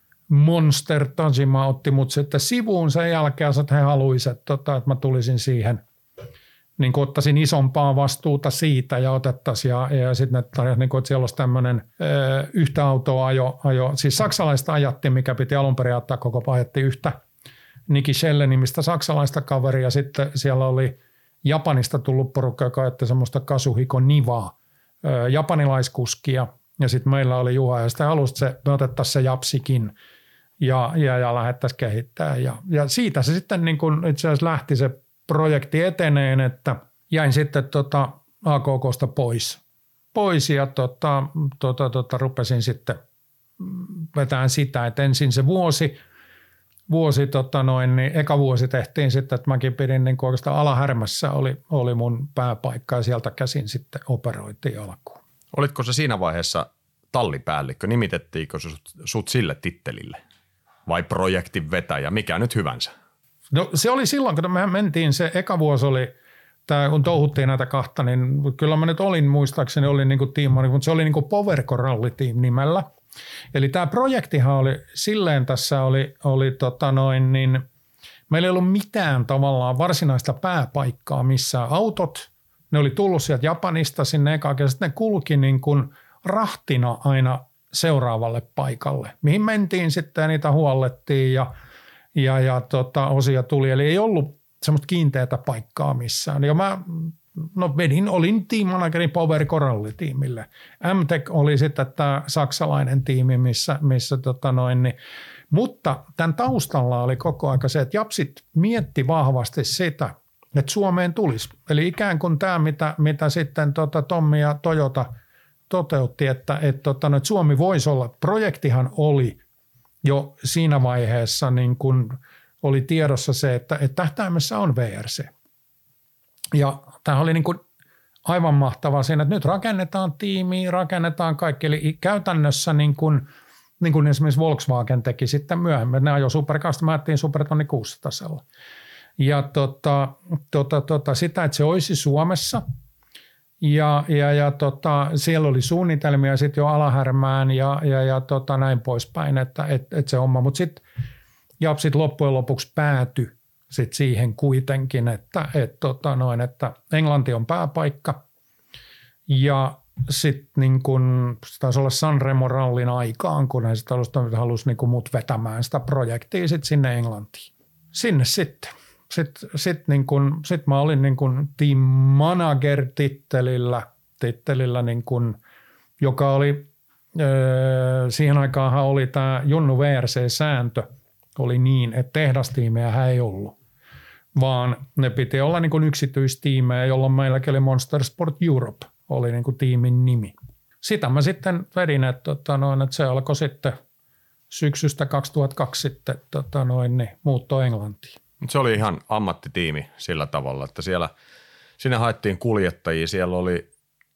Monster Tajima otti mut sitten sivuun sen jälkeen, että he haluisivat, tota, että mä tulisin siihen, niin kuin ottaisin isompaa vastuuta siitä ja otettaisiin. Ja, ja sitten ne tarjosi, niin kuin, että siellä olisi tämmöinen ö, yhtä autoa ajo, ajo, siis saksalaista ajatti, mikä piti alun perin ottaa koko ajetti yhtä Niki Schelle-nimistä saksalaista kaveria. Sitten siellä oli Japanista tullut porukka, joka ajatte semmoista Kazuhiko Nivaa, ö, japanilaiskuskia. Ja sitten meillä oli Juha ja sitten halusi, että me otettaisiin se Japsikin ja, ja, ja lähdettäisiin kehittämään. Ja, ja siitä se sitten niin kuin itse asiassa lähti se projekti eteneen, että jäin sitten tota A K K:sta pois. Pois ja tota, tota, tota, rupesin sitten vetämään sitä, että ensin se vuosi, vuosi tota noin, niin eka vuosi tehtiin sitten, että mäkin pidin niin kuin oikeastaan Alahärmässä oli, oli mun pääpaikka ja sieltä käsin sitten operoitiin alkuun. Olitko se siinä vaiheessa tallipäällikkö? Nimitettiinkö sut, sut sille tittelille? Vai projektin vetäjä? Mikä nyt hyvänsä? No se oli silloin, kun me mentiin, se eka vuosi oli, tää, kun touhuttiin näitä kahta, niin kyllä mä nyt olin, muistaakseni olin niin kuin tiimari, mutta se oli niin kuin Powerco Rally Team nimellä. Eli tämä projektihan oli, silleen tässä oli, oli tota noin, niin meillä ei ollut mitään tavallaan varsinaista pääpaikkaa, missä autot, ne oli tullut sieltä Japanista sinne eka, ja sitten ne kulki niin kuin rahtina aina seuraavalle paikalle, mihin mentiin sitten ja niitä huollettiin ja, ja, ja tota, osia tuli. Eli ei ollut semmoista kiinteätä paikkaa missään. Ja mä no vedin, olin team-managerin Power Corral-tiimille. M T E C oli sitten tämä saksalainen tiimi, missä, missä tota noin, niin, mutta tämän taustalla oli koko ajan se, että japsit mietti vahvasti sitä, että Suomeen tulisi. Eli ikään kuin tämä, mitä, mitä sitten tota Tommi ja Toyota toteutti, että, että, tota, että Suomi voisi olla, projektihan oli jo siinä vaiheessa niin kuin oli tiedossa se, että, että tähtäimessä on V R C. Ja tämä oli niin kuin aivan mahtavaa siinä, että nyt rakennetaan tiimiä, rakennetaan kaikki. Eli käytännössä niin kuin, niin kuin esimerkiksi Volkswagen teki sitten myöhemmin. Ne ajoi supercasta, mä ajattelin supertonni kuusisataa. Ja tota, tota, tota, sitä, että se olisi Suomessa. Ja, ja, ja tota, siellä oli suunnitelmia sitten jo Alahärmään ja, ja, ja tota, näin poispäin, että et, et se homma. Mutta sitten japsit loppujen lopuksi päätyi sit siihen kuitenkin, että, et, tota noin, että Englanti on pääpaikka ja sitten niin kun, se taisi olla Sanremo rallin aikaan, kun he sitten halusi niin kun mut vetämään sitä projektia sit sinne Englantiin. Sinne sitten. Sitten sit niin kun, sit mä olin niin kun team manager tittelillä, tittelillä niin kun, joka oli, öö, siihen aikaanhan oli tämä Junnu V R C-sääntö, oli niin, että tehdastiimejä ei ollut, vaan ne piti olla niin kuin yksityistiimejä, jolloin meilläkin oli Monster Sport Europe, oli niin kuin tiimin nimi. Sitä mä sitten vedin, että, tota noin, että se alkoi sitten syksystä kaksituhattakaksi sitten tota noin, niin muutto Englantiin. Se oli ihan ammattitiimi sillä tavalla, että siellä, sinne haettiin kuljettajia, siellä oli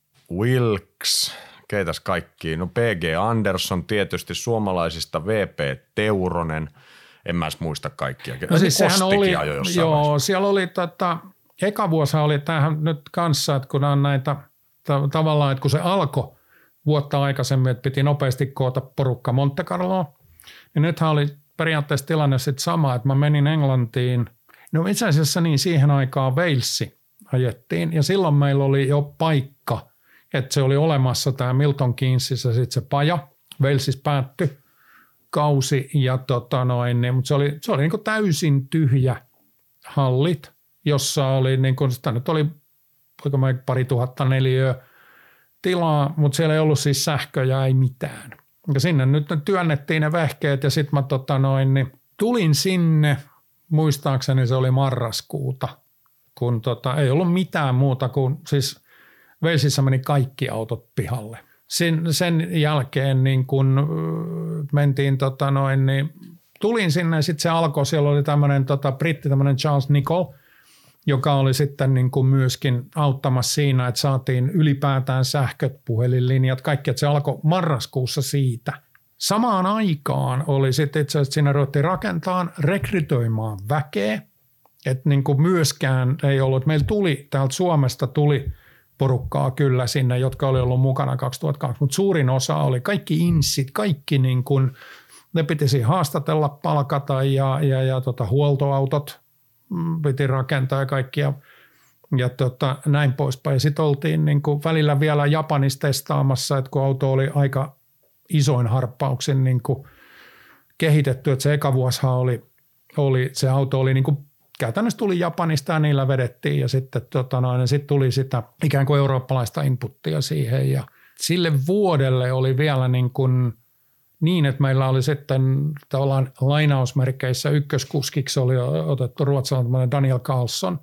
Wilks, keitäs kaikki, no P G Andersson tietysti suomalaisista, V P Teuronen, en mä edes muista kaikkia. No siis sehän oli, joo, vaiheessa. Siellä oli tota, eka vuosi oli tähän nyt kanssa, että kun on näitä t- tavallaan, että kun se alkoi vuotta aikaisemmin, että piti nopeasti koota porukka Monte Carloon, niin nythän oli periaatteessa tilanne sitten sama, että mä menin Englantiin, no itse asiassa niin siihen aikaan Walesi ajettiin ja silloin meillä oli jo paikka, että se oli olemassa tämä Milton Keynesissä sitten se paja, Walesissa päättyi kausi, ja tota noin, niin, mutta se oli, se oli niin kuin täysin tyhjä hallit, jossa oli, niin kuin, sitä nyt oli pari tuhatta neliöä tilaa, mutta siellä ei ollut siis sähköjä, ei mitään. Ja sinne nyt työnnettiin ne vehkeet, ja sitten mä tota noin, niin tulin sinne, muistaakseni se oli marraskuuta, kun tota, ei ollut mitään muuta kuin, siis Walesissa meni kaikki autot pihalle. Sen, sen jälkeen niin kun mentiin, tota noin, niin tulin sinne ja sitten se alkoi, siellä oli tämmöinen tota, britti, tämmöinen Charles Nicol, joka oli sitten niin kun myöskin auttamassa siinä, että saatiin ylipäätään sähköt, puhelinlinjat, kaikki, että se alkoi marraskuussa siitä. Samaan aikaan oli sitten itse asiassa, siinä ruvettiin rakentamaan, rekrytoimaan väkeä, että niin kun myöskään ei ollut, meillä tuli, täältä Suomesta tuli porukkaa kyllä sinne, jotka oli ollut mukana kaksituhattakaksi, mutta suurin osa oli kaikki insit, kaikki niin kuin, ne piti haastatella, palkata ja, ja, ja tota, huoltoautot piti rakentaa ja kaikkia ja tota, näin poispäin. Sitten oltiin niin kuin välillä vielä Japanissa testaamassa, että kun auto oli aika isoin harppauksin niin kuin kehitetty, että se eka vuosihan oli, oli se auto oli niin kuin käytännössä tuli Japanista ja niillä vedettiin ja sitten tota noin, sit tuli sitä ikään kuin eurooppalaista inputtia siihen ja sille vuodelle oli vielä niin kuin niin, että meillä oli sitten tavallaan lainausmerkeissä ykköskuskiksi oli otettu ruotsalainen Daniel Carlson.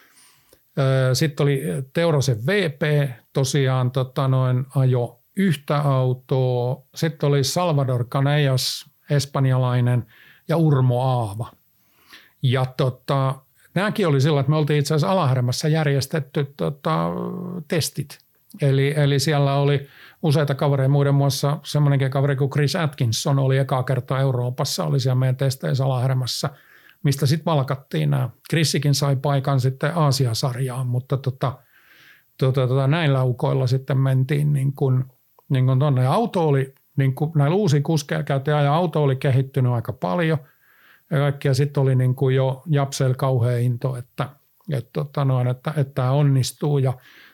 Sitten oli Teurosen V P tosiaan tota noin, ajo yhtä autoa. Sitten oli Salvador Canellas, espanjalainen ja Urmo Aava. Ja tota, nämäkin oli sillä, että me oltiin itse asiassa Alahärmässä järjestetty tota, testit. Eli, eli siellä oli useita kavereita, muiden muassa semmoinenkin kaveri kuin Chris Atkinson oli ekaa kertaa Euroopassa, oli siellä meidän testeissä Alahärmässä, mistä sitten valkattiin nämä. Chrisikin sai paikan sitten Aasia-sarjaan, mutta tota, tota, tota, näillä ukoilla sitten mentiin niin kuin, niin kuin tonne. Auto oli, niin kuin näillä uusia kuskeja käytiin ja auto oli kehittynyt aika paljon. Ja kaikkia sitten oli niin kuin jo Japsel kauhea into, että, että, tota noin, että, että tämä onnistuu. Ja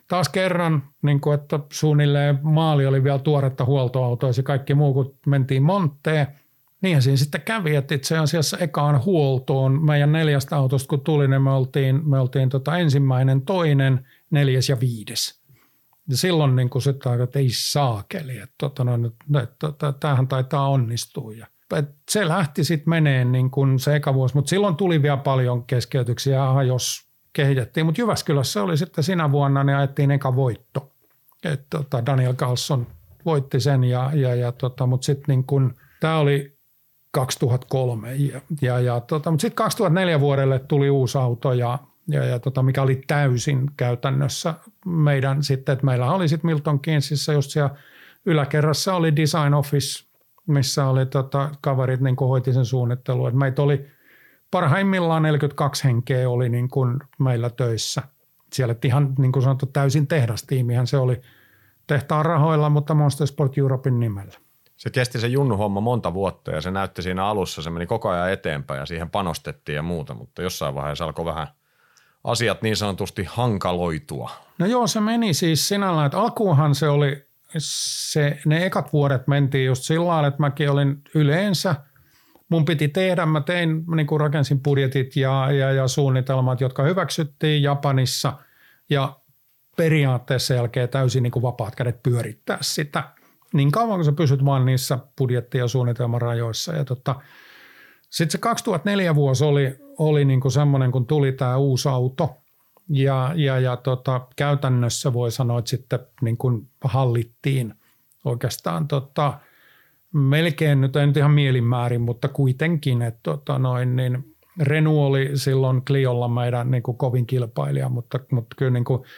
taas kerran, niin kuin, että suunnilleen maali oli vielä tuoretta huoltoautoa ja kaikki muu, kun mentiin Montteen. Niinhän siinä sitten kävi, että itse asiassa ekaan huoltoon meidän neljästä autosta, kun tuli, niin me oltiin, me oltiin tota ensimmäinen, toinen, neljäs ja viides. Ja silloin niin kuin sitten, että ei saakeli, että, tota, no, että, että tämähän taitaa onnistua. Ja, että se lähti sitten meneen niin kuin se eka vuosi, mutta silloin tuli vielä paljon keskeytyksiä, jos kehitettiin. Mutta Jyväskylässä oli sitten sinä vuonna, niin ajettiin eka voitto. Et, tota, Daniel Carlson voitti sen, ja, ja, ja, tota, mutta sitten niin kuin, tämä oli kaksituhattakolme, ja, ja, ja, tota, mutta sitten kaksituhattaneljä vuodelle tuli uusi auto, ja, ja, ja tota, mikä oli täysin käytännössä meidän sitten, että meillä oli sitten Milton Keynesissä just siellä yläkerrassa oli design office, missä oli tota, kaverit niin kuin hoiti sen suunnittelua, että meitä oli parhaimmillaan neljäkymmentäkaksi henkeä oli niin kuin meillä töissä. Siellä ihan niin kuin sanottu täysin tehdastiimihän se oli tehtaan rahoilla, mutta Monster Sport Europein nimellä. Se kesti se junnu-homma monta vuotta ja se näytti siinä alussa, se meni koko ajan eteenpäin ja siihen panostettiin ja muuta, mutta jossain vaiheessa alkoi vähän asiat niin sanotusti hankaloitua. No joo, se meni siis sinällään, että alkuunhan se oli, se, ne ekat vuodet mentiin just sillä lailla, että mäkin olin yleensä, mun piti tehdä, mä tein, niin kuin rakensin budjetit ja, ja, ja suunnitelmat, jotka hyväksyttiin Japanissa ja periaatteessa jälkeen täysin niin kuin vapaat kädet pyörittää sitä. Niin kauan kun sä pysyt vaan niissä budjetti- ja suunnitelman rajoissa. Ja tota, sitten se kaksituhattaneljä vuosi oli, oli niin kuin semmoinen, kun tuli tämä uusi auto. Ja, ja, ja tota, käytännössä voi sanoa, että sitten niin kuin hallittiin oikeastaan tota, melkein nyt ei nyt ihan mielinmäärin, mutta kuitenkin, että tota, noin, niin Renault oli silloin Cliolla meidän niin kuin kovin kilpailija, mutta, mutta kyllä niin kuin,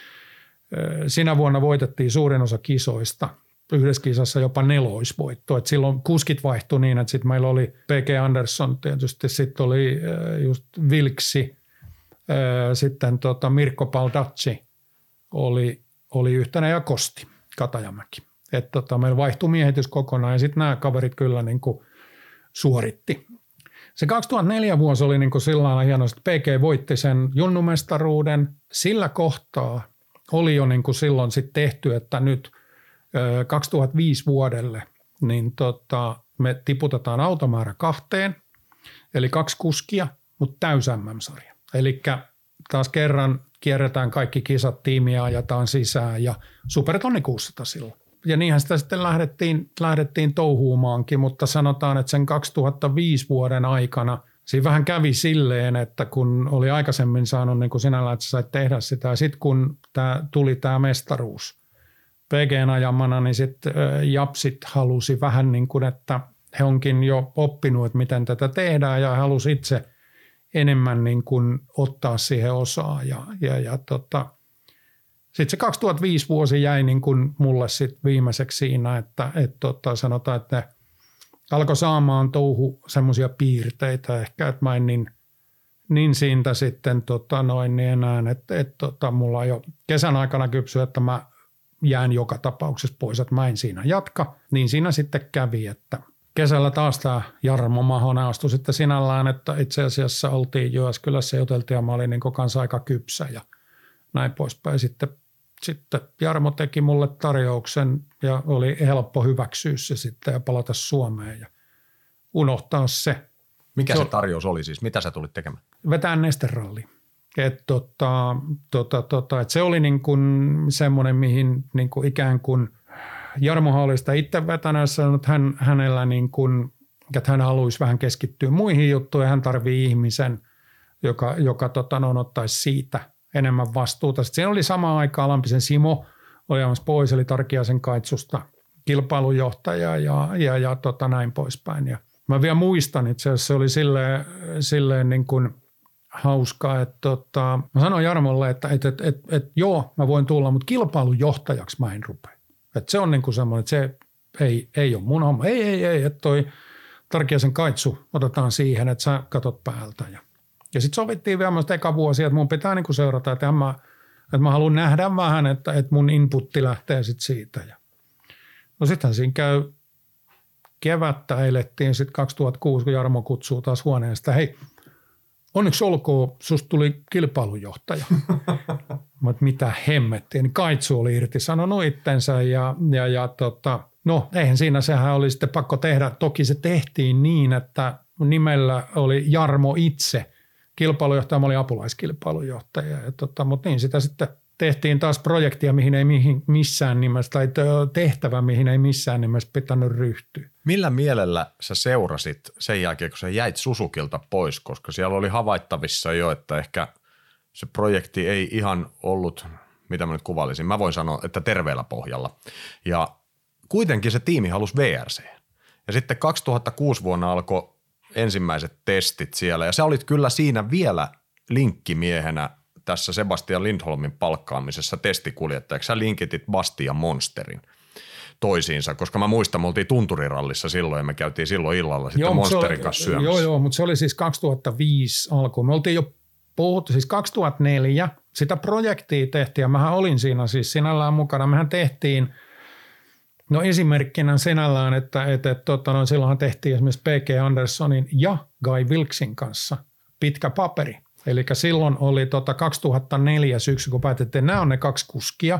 sinä vuonna voitettiin suurin osa kisoista. Yhdessä kisassa jopa neloisvoitto. Et silloin kuskit vaihtui niin, että sitten meillä oli P G Andersson tietysti, sitten oli just Vilksi, sitten tota Mirko Baldacci oli, oli yhtenä ja Kosti Katajamäki. Et tota, meillä vaihtui miehitys kokonaan ja sitten nämä kaverit kyllä niin kuin suoritti. Se kaksituhattaneljä vuosi oli niin kuin sillä lailla hieno, että P G voitti sen junnumestaruuden. Sillä kohtaa oli jo niin kuin silloin sitten tehty, että nyt kaksituhattaviisi vuodelle, niin tota, me tiputetaan automäärä kahteen, eli kaksi kuskia, mutta täys M M-sarja. Eli taas kerran kierretään kaikki kisat, tiimiä ajetaan sisään ja supertonni kuusisataa silloin. Ja niinhän sitä sitten lähdettiin, lähdettiin touhuumaankin, mutta sanotaan, että sen kaksituhattaviisi vuoden aikana siinä vähän kävi silleen, että kun oli aikaisemmin saanut niin kuin sinällään, että sä sait tehdä sitä, ja sitten kun tää, tuli tämä mestaruus, P G:n ajamana, niin sitten Japsit halusi vähän niin kuin, että he onkin jo oppinut, että miten tätä tehdään ja halusi itse enemmän niin kuin ottaa siihen osaa. Ja, ja, ja tota. Sitten se kaksituhattaviisi vuosi jäi niin kuin mulle sitten viimeiseksi siinä, että et tota, sanotaan, että ne alkoi saamaan touhu semmoisia piirteitä ehkä, että mä en niin, niin siitä sitten tota, noin niin enää, että et, tota, mulla on jo kesän aikana kypsy, että mä jään joka tapauksessa pois, että mä en siinä jatka, niin siinä sitten kävi, että kesällä taas tämä Jarmo Mahonen astui sitten sinällään, että itse asiassa oltiin Jyväskylässä juteltiin ja mä olin niin kanssa aika kypsä ja näin poispäin. Sitten, sitten Jarmo teki mulle tarjouksen ja oli helppo hyväksyä se sitten ja palata Suomeen ja unohtaa se. Mikä se, se tarjous oli siis? Mitä sä tulit tekemään? Vetää nesteralli. Et tota, tota, tota, et se oli niin kuin semmoinen, mihin niin kuin ikään kuin Jarmo oli sitä itse vetänyt, sanonut, että hän, hänellä niin kuin, että hän haluaisi vähän keskittyä muihin juttuihin. Hän tarvii ihmisen, joka, joka tota, no, ottaisi siitä enemmän vastuuta. Sitten siinä oli samaan aikaan Lampisen Simo, oli aivan pois, eli Tarkiaisen Kaitsusta kilpailujohtaja ja, ja, ja tota, näin poispäin. Ja mä vielä muistan itse asiassa, se oli silleen, silleen niin kuin hauskaa, että tota, mä sanoin Jarmolle, että et, et, et, et, joo, mä voin tulla, mutta kilpailujohtajaksi mä en rupea. Että se on niin kuin semmoinen, että se ei, ei ole mun homma. Ei, ei, ei, että toi Tarkiaisen Kaitsu otetaan siihen, että sä katot päältä. Ja, ja sitten sovittiin vielä myös eka vuosi, että mun pitää niin kuin seurata, että mä, että mä haluan nähdä vähän, että, että mun inputti lähtee sitten siitä. Ja no sittenhän siinä käy kevättä, elettiin sitten kaksituhattakuusi, kun Jarmo kutsuu taas huoneesta, hei, onneksi olkoon, susta tuli kilpailujohtaja. Mutta mitä hemmettiin, niin Kaitsu oli irtisanonut itsensä ja, ja, ja tota, no eihän siinä, sehän oli sitten pakko tehdä. Toki se tehtiin niin, että nimellä oli Jarmo itse. Kilpailujohtaja, mä olin apulaiskilpailujohtaja, ja tota, mutta niin sitä sitten tehtiin taas projektia, mihin ei mihin, missään nimessä, tai tehtävä, mihin ei missään nimessä pitänyt ryhtyä. Millä mielellä sä seurasit sen jälkeen, kun sä jäit Suzukilta pois, koska siellä oli havaittavissa jo, että ehkä se projekti ei ihan ollut, mitä mä nyt kuvailisin, mä voin sanoa, että terveellä pohjalla. Ja kuitenkin se tiimi halusi V R C. Ja sitten kaksituhattakuusi vuonna alkoi ensimmäiset testit siellä, ja sä olit kyllä siinä vielä linkkimiehenä tässä Sebastian Lindholmin palkkaamisessa testikuljettajaksi. Sä linkitit Bastin ja Monsterin toisiinsa, koska mä muistan, me oltiin tunturirallissa silloin ja me käytiin silloin illalla sitten joo, Monsterin oli, kanssa syömässä. Joo, joo, mutta se oli siis kaksituhattaviisi alkuun. Me oltiin jo puhuttu, siis kaksituhattaneljä sitä projektia tehtiin ja mähän olin siinä siis sinällään mukana. Mehän tehtiin, no esimerkkinä sinällään, että, että, että tota, no, silloinhan tehtiin esimerkiksi P G Anderssonin ja Guy Wilksin kanssa pitkä paperi. Eli silloin oli tota kaksituhattaneljä syksy, kun päätettiin, että nämä on ne kaksi kuskia,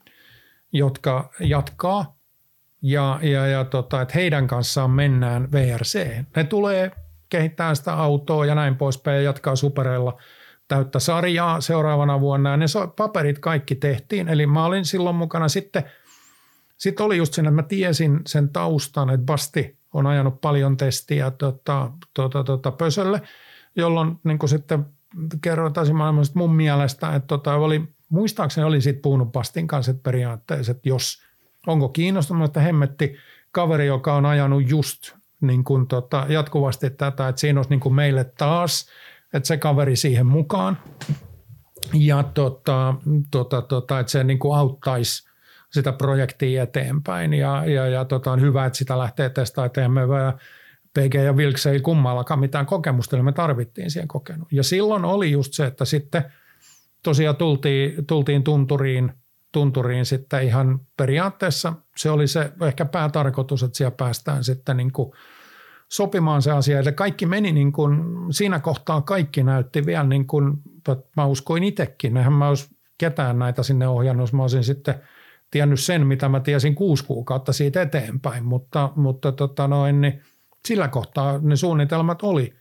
jotka jatkaa ja, ja, ja tota, että heidän kanssaan mennään V R C. Ne tulee kehittämään sitä autoa ja näin poispäin ja jatkaa supereilla täyttä sarjaa seuraavana vuonna. Ja ne paperit kaikki tehtiin, eli mä olin silloin mukana. Sitten, sitten oli just siinä, että mä tiesin sen taustan, että Basti on ajanut paljon testiä tota, tota, tota, Pösölle, jolloin niin kuin sitten kerrotaan maailmasta mun mielestä, että tota, oli, muistaakseni oli siitä puhunut Bastin kanssa, että periaatteessa, että jos, onko kiinnostunut, että hemmetti kaveri, joka on ajanut just niin kuin tota, jatkuvasti tätä, että siinä olisi niin kuin meille taas, että se kaveri siihen mukaan ja tota, tota, tota, että se niin kuin auttaisi sitä projektia eteenpäin ja, ja, ja tota, on hyvä, että sitä lähtee testaamaan eteenpäin. P G ja Wilks ei kummallakaan mitään kokemusta, eli me tarvittiin siihen kokenut. Ja silloin oli just se, että sitten tosiaan tultiin, tultiin tunturiin, tunturiin sitten ihan periaatteessa se oli se ehkä päätarkoitus, että siellä päästään sitten niin kuin sopimaan se asia. Eli kaikki meni niin kuin, siinä kohtaa kaikki näytti vielä niin kuin, mä uskoin itsekin, eihän mä olisi ketään näitä sinne ohjannut, jos mä olisin sitten tiennyt sen, mitä mä tiesin kuusi kuukautta siitä eteenpäin, mutta, mutta tota noin, niin sillä kohtaa ne suunnitelmat oli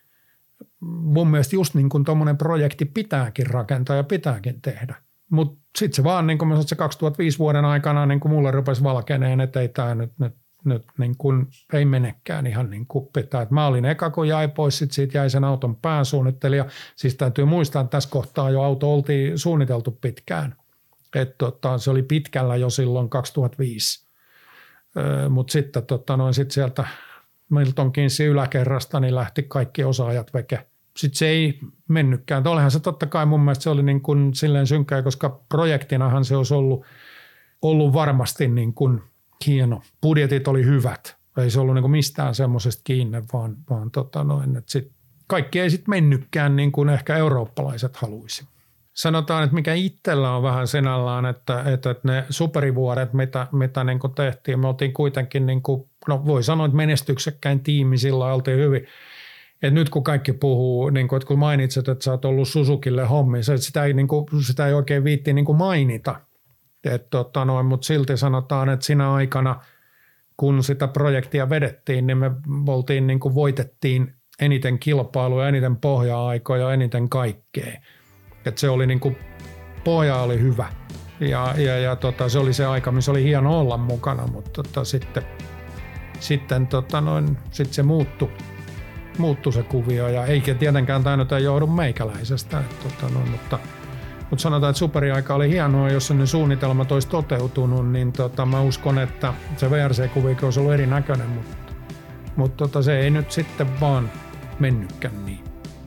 mun mielestä just niin kuin tuommoinen projekti pitääkin rakentaa ja pitääkin tehdä. Mutta sitten se vaan niin kuin mä sanoin, se kaksituhattaviisi vuoden aikana niin kuin mulle rupesi valkeneen, että ei tämä nyt, nyt, nyt niin kuin, ei menekään ihan niin kuin pitää. Et mä olin eka, kun jäi pois, sitten siitä jäi sen auton pääsuunnittelija. Siis täytyy muistaa, että tässä kohtaa jo auto oltiin suunniteltu pitkään. Että tota, se oli pitkällä jo silloin kaksituhattaviisi. Öö, mutta sitten tota, noin sit sieltä Milton Keynesin yläkerrasta niin lähti kaikki osaajat veke. Sitten se ei mennytkään. Olihan se totta kai mun mielestä se oli niin kuin silleen synkkää, koska projektinahan se olisi ollut, ollut varmasti niin kuin hieno. Budjetit oli hyvät. Ei se ollut niin kuin mistään semmoisesta kiinni, vaan, vaan tota noin, että sit kaikki ei sitten mennytkään niin kuin ehkä eurooppalaiset haluisi. Sanotaan, että mikä itsellä on vähän sinällään, että, että ne superivuodet, mitä, mitä niin kuin tehtiin, me oltiin kuitenkin, niin kuin, no voi sanoa, että menestyksekkäin tiimi silloin oltiin hyvin. Et nyt kun kaikki puhuu, niin kuin, että kun mainitset, että sä oot ollut Suzukille hommissa, että sitä ei, niin kuin, sitä ei oikein viitti niin kuin mainita. Et, tota, noin, mutta silti sanotaan, että siinä aikana, kun sitä projektia vedettiin, niin me oltiin, niin kuin voitettiin eniten kilpailuja, eniten pohja-aikoja, eniten kaikkea. Että se oli niin kuin, pohja oli hyvä ja, ja, ja tota, se oli se aika, missä oli hieno olla mukana, mutta tota, sitten, sitten tota, noin, sit se muuttui, muuttui se kuvio ja eikä tietenkään tainnut johdu meikäläisestä, et, tota, noin, mutta, mutta sanotaan, että superiaika oli hienoa, jos ne suunnitelmat olisi toteutunut, niin tota, mä uskon, että se V R C-kuvio olisi ollut erinäköinen, mutta, mutta tota, se ei nyt sitten vaan mennytkään niin.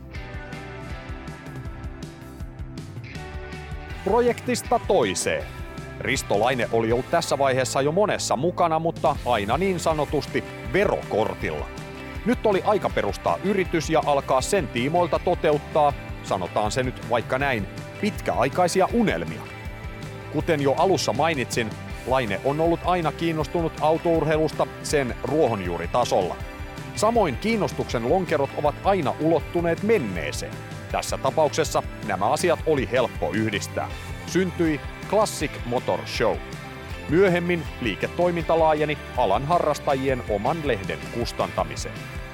Projektista toiseen. Risto Laine oli ollut tässä vaiheessa jo monessa mukana, mutta aina niin sanotusti verokortilla. Nyt oli aika perustaa yritys ja alkaa sen tiimoilta toteuttaa, sanotaan se nyt vaikka näin, pitkäaikaisia unelmia. Kuten jo alussa mainitsin, Laine on ollut aina kiinnostunut autourheilusta sen ruohonjuuritasolla. Samoin kiinnostuksen lonkerot ovat aina ulottuneet menneeseen. Tässä tapauksessa nämä asiat oli helppo yhdistää. Syntyi Classic Motor Show. Myöhemmin liiketoiminta laajeni alan harrastajien oman lehden kustantamiseen.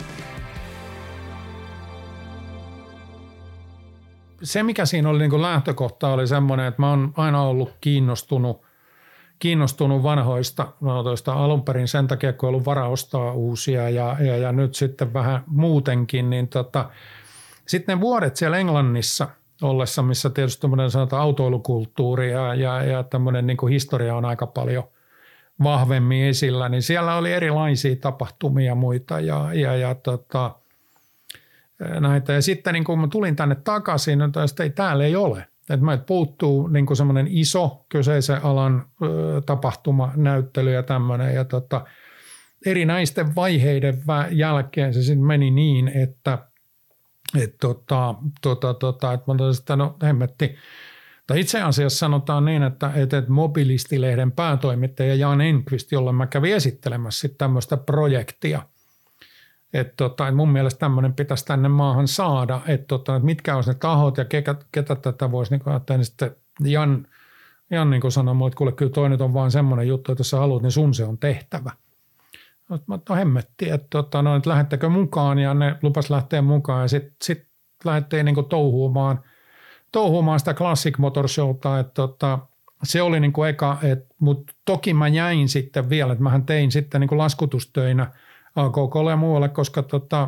Se, mikä siinä oli niin kuin lähtökohta, oli semmoinen, että mä oon aina ollut kiinnostunut, kiinnostunut vanhoista autoista alun perin sen takia, kun on ollut varaa ostaa uusia ja, ja, ja nyt sitten vähän muutenkin. Niin tota, sitten ne vuodet siellä Englannissa ollessa, missä tietysti tämmöinen sanotaan autoilukulttuuri ja, ja, ja tämmöinen niin kuin historia on aika paljon vahvemmin esillä, niin siellä oli erilaisia tapahtumia ja muita ja, ja, ja tota, näitä. Ja sitten niin kun mä tulin tänne takaisin, niin ei, täällä ei ole. Että meiltä puuttuu niin kuin semmoinen iso kyseisen alan ö, tapahtumanäyttely ja tämmöinen. Ja tota, erinäisten vaiheiden jälkeen se sitten meni niin, että et tota, tota, tota, et mä totesin, että no hemmetti. Tai itse asiassa sanotaan niin, että, että Mobilistilehden päätoimittaja Jan Enqvist, jolle mä kävin esittelemässä sitten tämmöistä projektia. Että tota, et mun mielestä tämmöinen pitäisi tänne maahan saada, että tota, et mitkä olisi ne tahot ja ketä, ketä tätä voisi niin ajatella. Niin sitten Jan, Jan niin sanoi mulle, että kuule kyllä toi nyt on vaan semmoinen juttu, että jos sä haluat, niin sun se on tehtävä. Mä no hemmetti, että, tota, no, että lähdettekö mukaan ja ne lupas lähteä mukaan ja sitten sit lähdettiin niin touhuumaan, touhuumaan sitä Classic Motor Showta, että tota, se oli niin kuin eka, mutta toki mä jäin sitten vielä, että mähän tein sitten niin kuin laskutustöinä A K K:lle ja muualle, koska tota,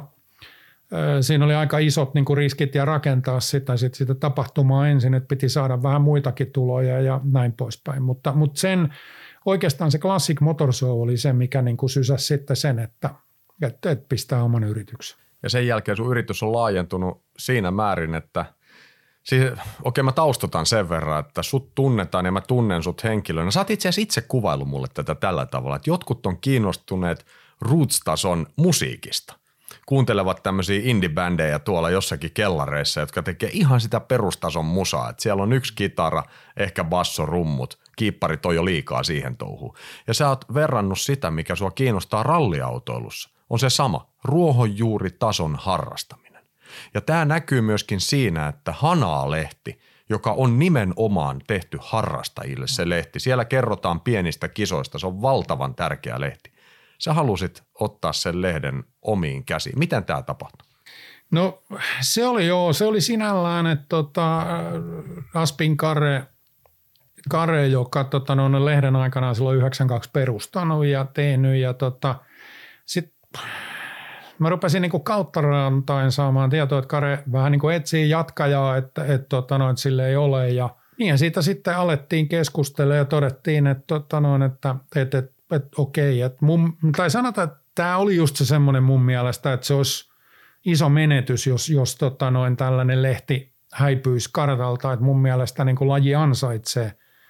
siinä oli aika isot niin kuin riskit ja rakentaa sitä, sit sitä tapahtumaa ensin, että piti saada vähän muitakin tuloja ja näin poispäin. Mutta, mutta sen oikeastaan se Classic Motor Show oli se, mikä niin kuin sysäsi sitten sen, että, että, että pistää oman yrityksen. Ja sen jälkeen sun yritys on laajentunut siinä määrin, että siis, okei mä taustotan sen verran, että sut tunnetaan ja mä tunnen sut henkilönä. Sä oot itse asiassa itse kuvailu mulle tätä tällä tavalla, että jotkut on kiinnostuneet roots-tason musiikista. Kuuntelevat tämmöisiä indie-bändejä tuolla jossakin kellareissa, jotka tekee ihan sitä perustason musaa. Että siellä on yksi kitara, ehkä basso, rummut, kiipparit on jo liikaa siihen touhuun. Ja sä oot verrannut sitä, mikä sua kiinnostaa ralliautoilussa. On se sama, ruohonjuuritason harrastaminen. Ja tämä näkyy myöskin siinä, että Hanaa-lehti, joka on nimenomaan tehty harrastajille se lehti. Siellä kerrotaan pienistä kisoista, se on valtavan tärkeä lehti. Sä halusit ottaa sen lehden omiin käsiin. Miten tämä tapahtui? No se oli joo, se oli sinällään, että tota, Aspin Kare, Kare joka tota, on lehden aikana silloin yhdeksänkymmentäkaksi perustanut ja tehnyt ja tota, sitten mä rupesin niinku kautta rantain saamaan tietoa, että Kare vähän niinku etsii jatkajaa, että, että, tota, no, että sille ei ole ja niin ja siitä sitten alettiin keskustella ja todettiin, että, tota, no, että, että, että että okei, että mun, tai sanotaan, että tämä oli just se semmoinen mun mielestä, että se olisi iso menetys, jos, jos tota noin tällainen lehti häipyisi kartalta, että mun mielestä niin kuin laji ansaitsee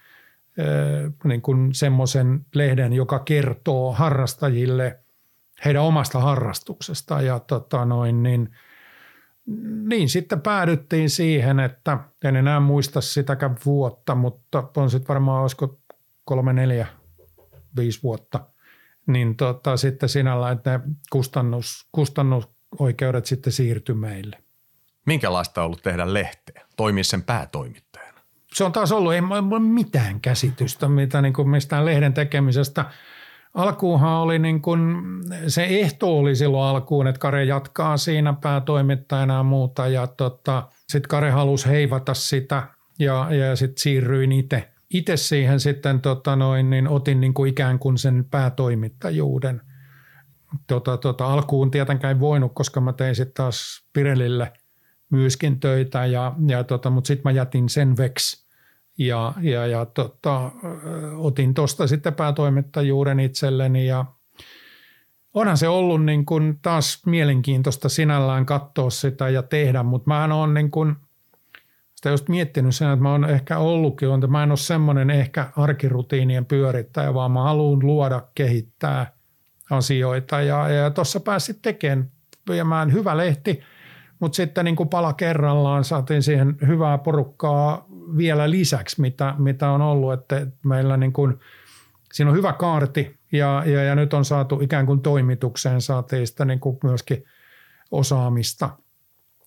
niin kuin semmoisen lehden, joka kertoo harrastajille heidän omasta harrastuksesta ja tota noin, niin, niin sitten päädyttiin siihen, että en enää muista sitäkään vuotta, mutta on sitten varmaan olisiko kolme, neljä, viisi vuotta, niin tota, sitten sinällä, että ne kustannus, kustannusoikeudet sitten siirtyi meille. Minkälaista on ollut tehdä lehteä, toimia sen päätoimittajana? Se on taas ollut, ei ole mitään käsitystä mitä, niin kuin mistään lehden tekemisestä. Alkuunhan oli niin kuin, se ehto oli silloin alkuun, että Kare jatkaa siinä päätoimittajana ja muuta ja tota, sitten Kare halusi heivata sitä ja, ja sitten siirryin itse. Itse siihen sitten tota noin, niin otin niin kuin ikään kuin sen päätoimittajuuden. Tota, tota, alkuun tietenkään ei voinut, koska mä tein sitten taas Pirellille myöskin töitä, ja, ja tota, mutta sitten mä jätin sen veksi ja, ja, ja tota, otin tuosta sitten päätoimittajuuden itselleni. Ja onhan se ollut niin kuin taas mielenkiintoista sinällään katsoa sitä ja tehdä, mutta mä en ole niin kuin sitä just miettinyt sen, että mä oon ehkä ollutkin, että mä en ole semmoinen ehkä arkirutiinien pyörittäjä, vaan mä haluan luoda, kehittää asioita ja, ja tuossa pääsit tekemään viemään hyvä lehti, mutta sitten niin kuin pala kerrallaan saatiin siihen hyvää porukkaa vielä lisäksi, mitä, mitä on ollut, että meillä niin kuin, siinä on hyvä kaarti ja, ja, ja nyt on saatu ikään kuin toimitukseen, saatiin sitä niin kuin myöskin osaamista.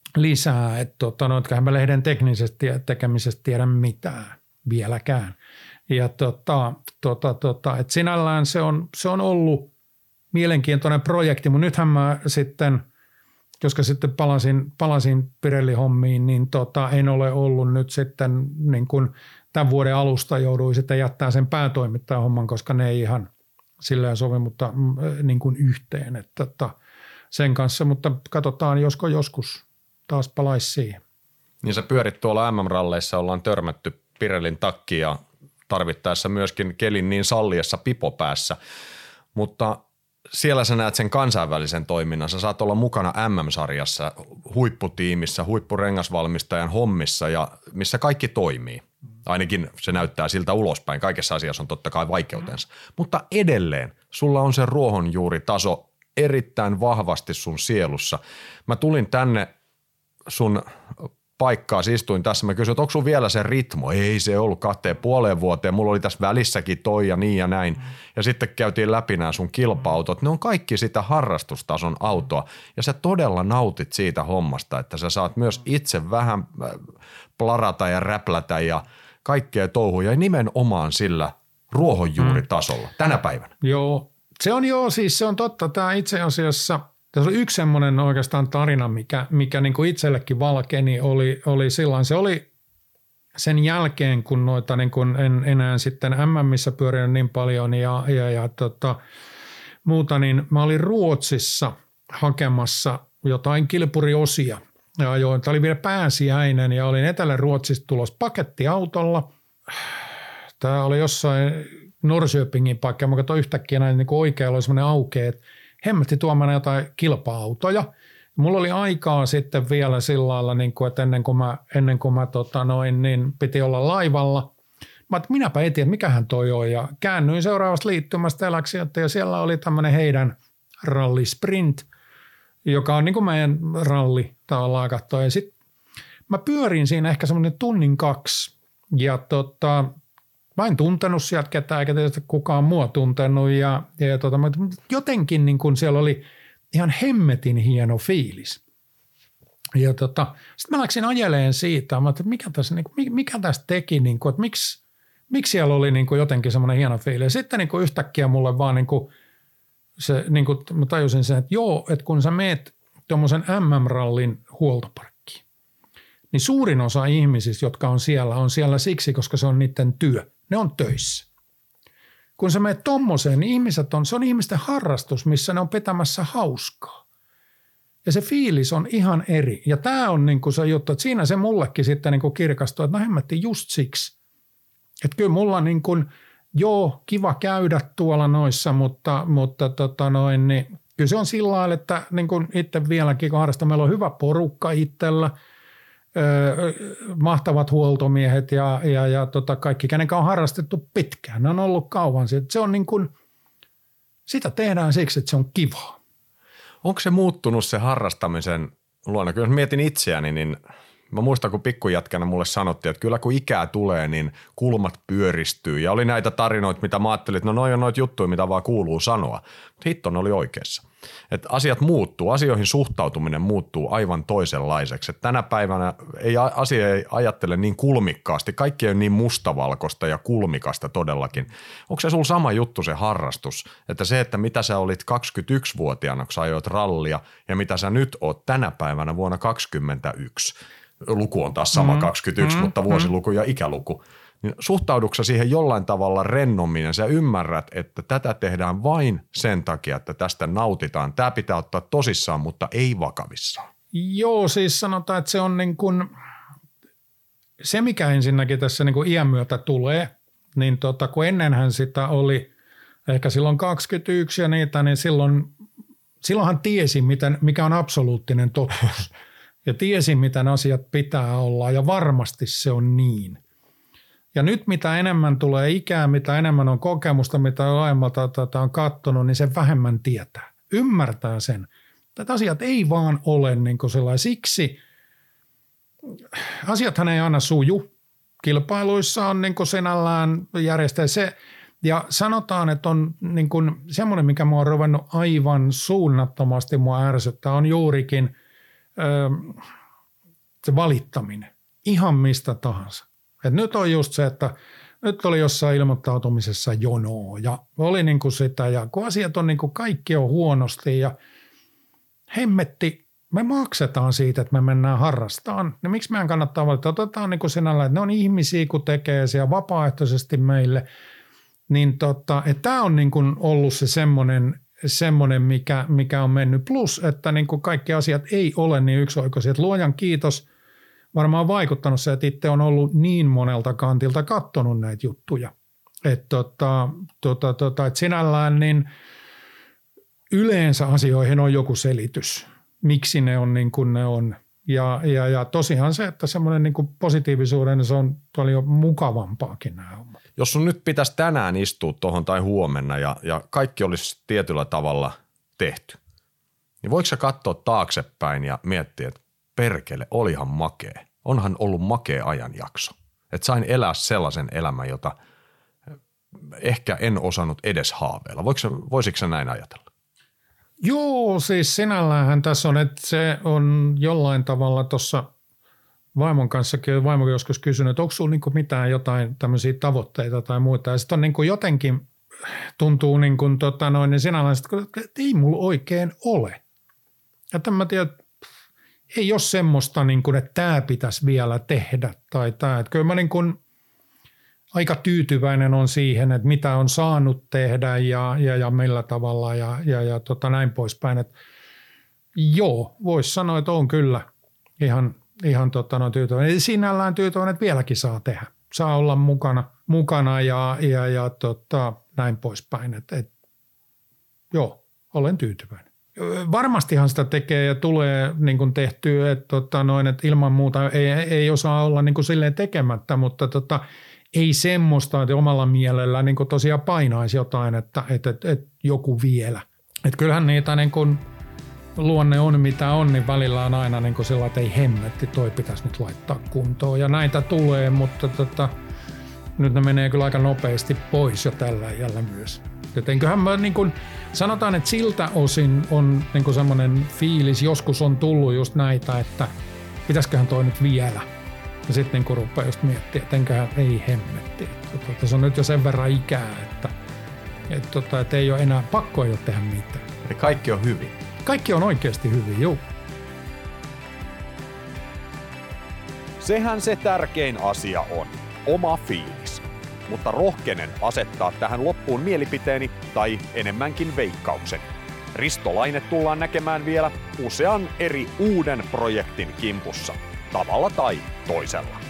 lisää, että tota, no, etköhän mä lehden teknisestä tekemisestä tiedä mitään vieläkään. Ja tota, tota, tota, että sinällään se on, se on ollut mielenkiintoinen projekti, mutta nythän mä sitten, koska sitten palasin, palasin Pirelli-hommiin, niin tota, en ole ollut nyt sitten niin kuin tämän vuoden alusta jouduin sitten jättää sen päätoimittajan homman, koska ne ei ihan silleen sovi, mutta niin kuin yhteen, että tota, sen kanssa, mutta katsotaan, josko joskus taas palaisi siihen. Niin sä pyörit tuolla M M-ralleissa, ollaan törmätty Pirellin takkiin ja tarvittaessa myöskin kelin niin salliessa pipo päässä, mutta siellä sä näet sen kansainvälisen toiminnan. Sä saat olla mukana M M-sarjassa, huipputiimissä, huippurengasvalmistajan hommissa ja missä kaikki toimii. Ainakin se näyttää siltä ulospäin. Kaikessa asiassa on totta kai vaikeutensa. Mutta edelleen sulla on se ruohonjuuritaso erittäin vahvasti sun sielussa. Mä tulin tänne sun paikkaa, siis istuin tässä. Mä kysyin, että onko sun vielä se ritmo? Ei se ollut kahteen puoleen vuoteen. Mulla oli tässä välissäkin toi ja niin ja näin. Ja sitten käytiin läpi nämä sun kilpa-autot. Ne on kaikki sitä harrastustason autoa. Ja sä todella nautit siitä hommasta, että sä saat myös itse vähän plarata ja räplätä ja kaikkea touhuja. Ja nimenomaan sillä ruohonjuuritasolla tänä päivänä. Joo, se on joo, siis se on totta. Tämä itse asiassa – tässä oli yksi semmoinen oikeastaan tarina, mikä, mikä niin kuin itsellekin valkeni, oli, oli silloin. Se oli sen jälkeen, kun noita niin kuin en enää sitten M M:issä pyörinyt niin paljon ja, ja, ja tota, muuta, niin mä olin Ruotsissa hakemassa jotain kilpuriosia. Ja ajoin, tämä oli vielä pääsiäinen ja olin Etelä-Ruotsista tulossa pakettiautolla. Tämä oli jossain Norrköpingin paikka. Mä katsoin yhtäkkiä näin niin kuin oikealla oli semmoinen aukea, että hemmetti tuomana jotain kilpa-autoja. Mulla oli aikaa sitten vielä sillä lailla, niin kuin, että ennen kuin mä, ennen kuin mä tota noin, niin piti olla laivalla. Mä että minäpä etin, että mikähän toi on. Ja käännyin seuraavasta liittymästä Eläksiötä ja siellä oli tämmöinen heidän ralli Sprint, joka on niin kuin meidän ralli tavallaan katsoa. Ja sitten mä pyörin siinä ehkä semmoinen tunnin kaksi ja tota, mä en tuntenut sieltä ketään, eikä tietysti kukaan mua tuntenut ja, ja tota, jotenkin niin kun siellä oli ihan hemmetin hieno fiilis. Ja tota, sitten mä läksin ajeleen siitä, mä että mikä tässä, niin kuin, mikä tässä teki, niin kuin, että miksi, miksi siellä oli niin kuin jotenkin semmoinen hieno fiilis. Ja sitten niin kuin yhtäkkiä mulle vaan niin kuin se, niin kuin mä tajusin sen, että joo, että kun sä meet tuommoisen M M-rallin huoltoparkkiin, niin suurin osa ihmisistä, jotka on siellä, on siellä siksi, koska se on niiden työ. Ne on töissä. Kun sä menet tommoseen, niin ihmiset on, se on ihmisten harrastus, missä ne on pitämässä hauskaa. Ja se fiilis on ihan eri. Ja tää on niin kuin se juttu, että siinä se mullekin sitten niin kuin kirkastui, että no hemmetti just siksi. Että kyllä mulla niin kuin, joo, kiva käydä tuolla noissa, mutta, mutta tota noin, niin kyllä se on sillä lailla, että niin kuin itse vieläkin harrasta, meillä on hyvä porukka itsellä, Öö, mahtavat huoltomiehet ja, ja, ja tota kaikki, kenenkaan on harrastettu pitkään. Ne on ollut kauan. Se on niin kuin, sitä tehdään siksi, että se on kivaa. Onko se muuttunut se harrastamisen luonne? Kyllä jos mietin itseäni, niin mä muistan, kun pikkujätkänä mulle sanottiin, että kyllä kun ikää tulee, niin kulmat pyöristyy. Ja oli näitä tarinoita, mitä mä ajattelin, että no noi on noita juttuja, mitä vaan kuuluu sanoa. Mutta hitton oli oikeassa. Että asiat muuttuu, asioihin suhtautuminen muuttuu aivan toisenlaiseksi. Että tänä päivänä ei, asia ei ajattele niin kulmikkaasti, kaikki on niin mustavalkoista ja kulmikasta todellakin. Onko se sulla sama juttu se harrastus, että se, että mitä sä olit kaksikymmentäyksivuotiaana, kun sä ajoit rallia ja mitä sä nyt oot tänä päivänä vuonna kaksikymmentäyksi, luku on taas sama mm, kaksikymmentäyksi, mm, mutta vuosiluku mm. ja ikäluku, niin suhtauduksa siihen jollain tavalla rennommin ja sä ymmärrät, että tätä tehdään vain sen takia, että tästä nautitaan. Tämä pitää ottaa tosissaan, mutta ei vakavissaan. Joo, siis sanotaan, että se on niin kuin, se mikä ensinnäkin tässä niin kuin iän myötä tulee, niin tota, kun ennenhän sitä oli ehkä silloin kaksikymmentäyksi ja niitä, niin silloin, silloinhan tiesi, miten, mikä on absoluuttinen totuus. Ja tiesi, miten asiat pitää olla ja varmasti se on niin. Ja nyt mitä enemmän tulee ikää, mitä enemmän on kokemusta, mitä aiemmalta tätä on katsonut, niin se vähemmän tietää. Ymmärtää sen. Että asiat ei vaan ole niin kuin sellainen. Siksi asiathan ei aina suju. Kilpailuissa on niin kuin sinällään järjestää se. Ja sanotaan, että on niin kuin semmoinen, mikä mua on ruvennut aivan suunnattomasti mua ärsyttää, on juurikin ö, se valittaminen, ihan mistä tahansa. Et nyt on just se, että nyt oli jossain ilmoittautumisessa jonoa ja oli niin kuin sitä ja kun asiat on niin kuin kaikki on huonosti ja hemmetti, me maksetaan siitä, että me mennään harrastamaan. Niin miksi meidän kannattaa valita? Otetaan niin kuin sinällä, että ne on ihmisiä, kun tekee siellä vapaaehtoisesti meille. Niin tota, että tämä on niin kuin ollut se semmoinen, semmoinen mikä, mikä on mennyt. Plus, että niin kuin kaikki asiat ei ole niin yksioikoisia. Että luojan kiitos varmaan vaikuttanut se, että itse on ollut niin monelta kantilta katsonut näitä juttuja. Että tota, tota, tota, et sinällään niin yleensä asioihin on joku selitys, miksi ne on niin kuin ne on. Ja, ja, ja tosiaan se, että semmoinen niin kuin positiivisuuden, se on paljon mukavampaakin nämä hommat. Jos sun nyt pitäisi tänään istua tuohon tai huomenna ja, ja kaikki olisi tietyllä tavalla tehty, niin voiko sä katsoa taaksepäin ja miettiä, että perkele, olihan makea. Onhan ollut makea ajanjakso. Että sain elää sellaisen elämän, jota ehkä en osannut edes haaveilla. Voisitko sä näin ajatella? Joo, siis sinälläänhän tässä on, että se on jollain tavalla tuossa vaimon kanssakin, vaimo joskus kysynyt, että onko sulla niinku mitään jotain tämmöisiä tavoitteita tai muita. Ja sitten on niinku jotenkin tuntuu niin kuin tota noin, niin sinällään, että ei mulla oikein ole. Että mä tiedän, ei ole semmoista, niin kuin, että tämä pitäisi vielä tehdä tai tämä. Että kyllä mä niin kuin aika tyytyväinen on siihen, että mitä on saanut tehdä ja, ja, ja millä tavalla ja, ja, ja tota näin poispäin. Että joo, voisi sanoa, että on kyllä ihan, ihan tota noin tyytyväinen. Sinällään tyytyväinen, että vieläkin saa tehdä. Saa olla mukana, mukana ja, ja, ja tota, näin poispäin. Että et, joo, olen tyytyväinen. Varmastihan sitä tekee ja tulee niin kuin tehtyä, että, tota, noin, että ilman muuta ei, ei osaa olla niin kuin silleen tekemättä, mutta tota, ei semmoista, että omalla mielellä niin kuin tosiaan painaisi jotain, että, että, että, että joku vielä. Että kyllähän niitä niin kuin luonne on mitä on, niin välillä on aina niin kuin sillä, että ei hemmetti, toi pitäisi nyt laittaa kuntoon. Ja näitä tulee, mutta tota, nyt ne menee kyllä aika nopeasti pois jo tällä jällä myös. Jotenköhän mä niin kuin sanotaan, että siltä osin on niin kuin semmoinen fiilis, joskus on tullut just näitä, että pitäisiköhän toi nyt vielä. Ja sitten niin rupeaa just miettimään, että enköhän ei hemmetti. Se on nyt jo sen verran ikää, että, että, että, että ei ole enää, pakko ei ole tehdä mitään. Eli kaikki on hyvin. Kaikki on oikeasti hyvin, joo. Sehän se tärkein asia on, oma fiilis. Mutta rohkenen asettaa tähän loppuun mielipiteeni tai enemmänkin veikkauksen. Risto Laine tullaan näkemään vielä usean eri uuden projektin kimpussa, tavalla tai toisella.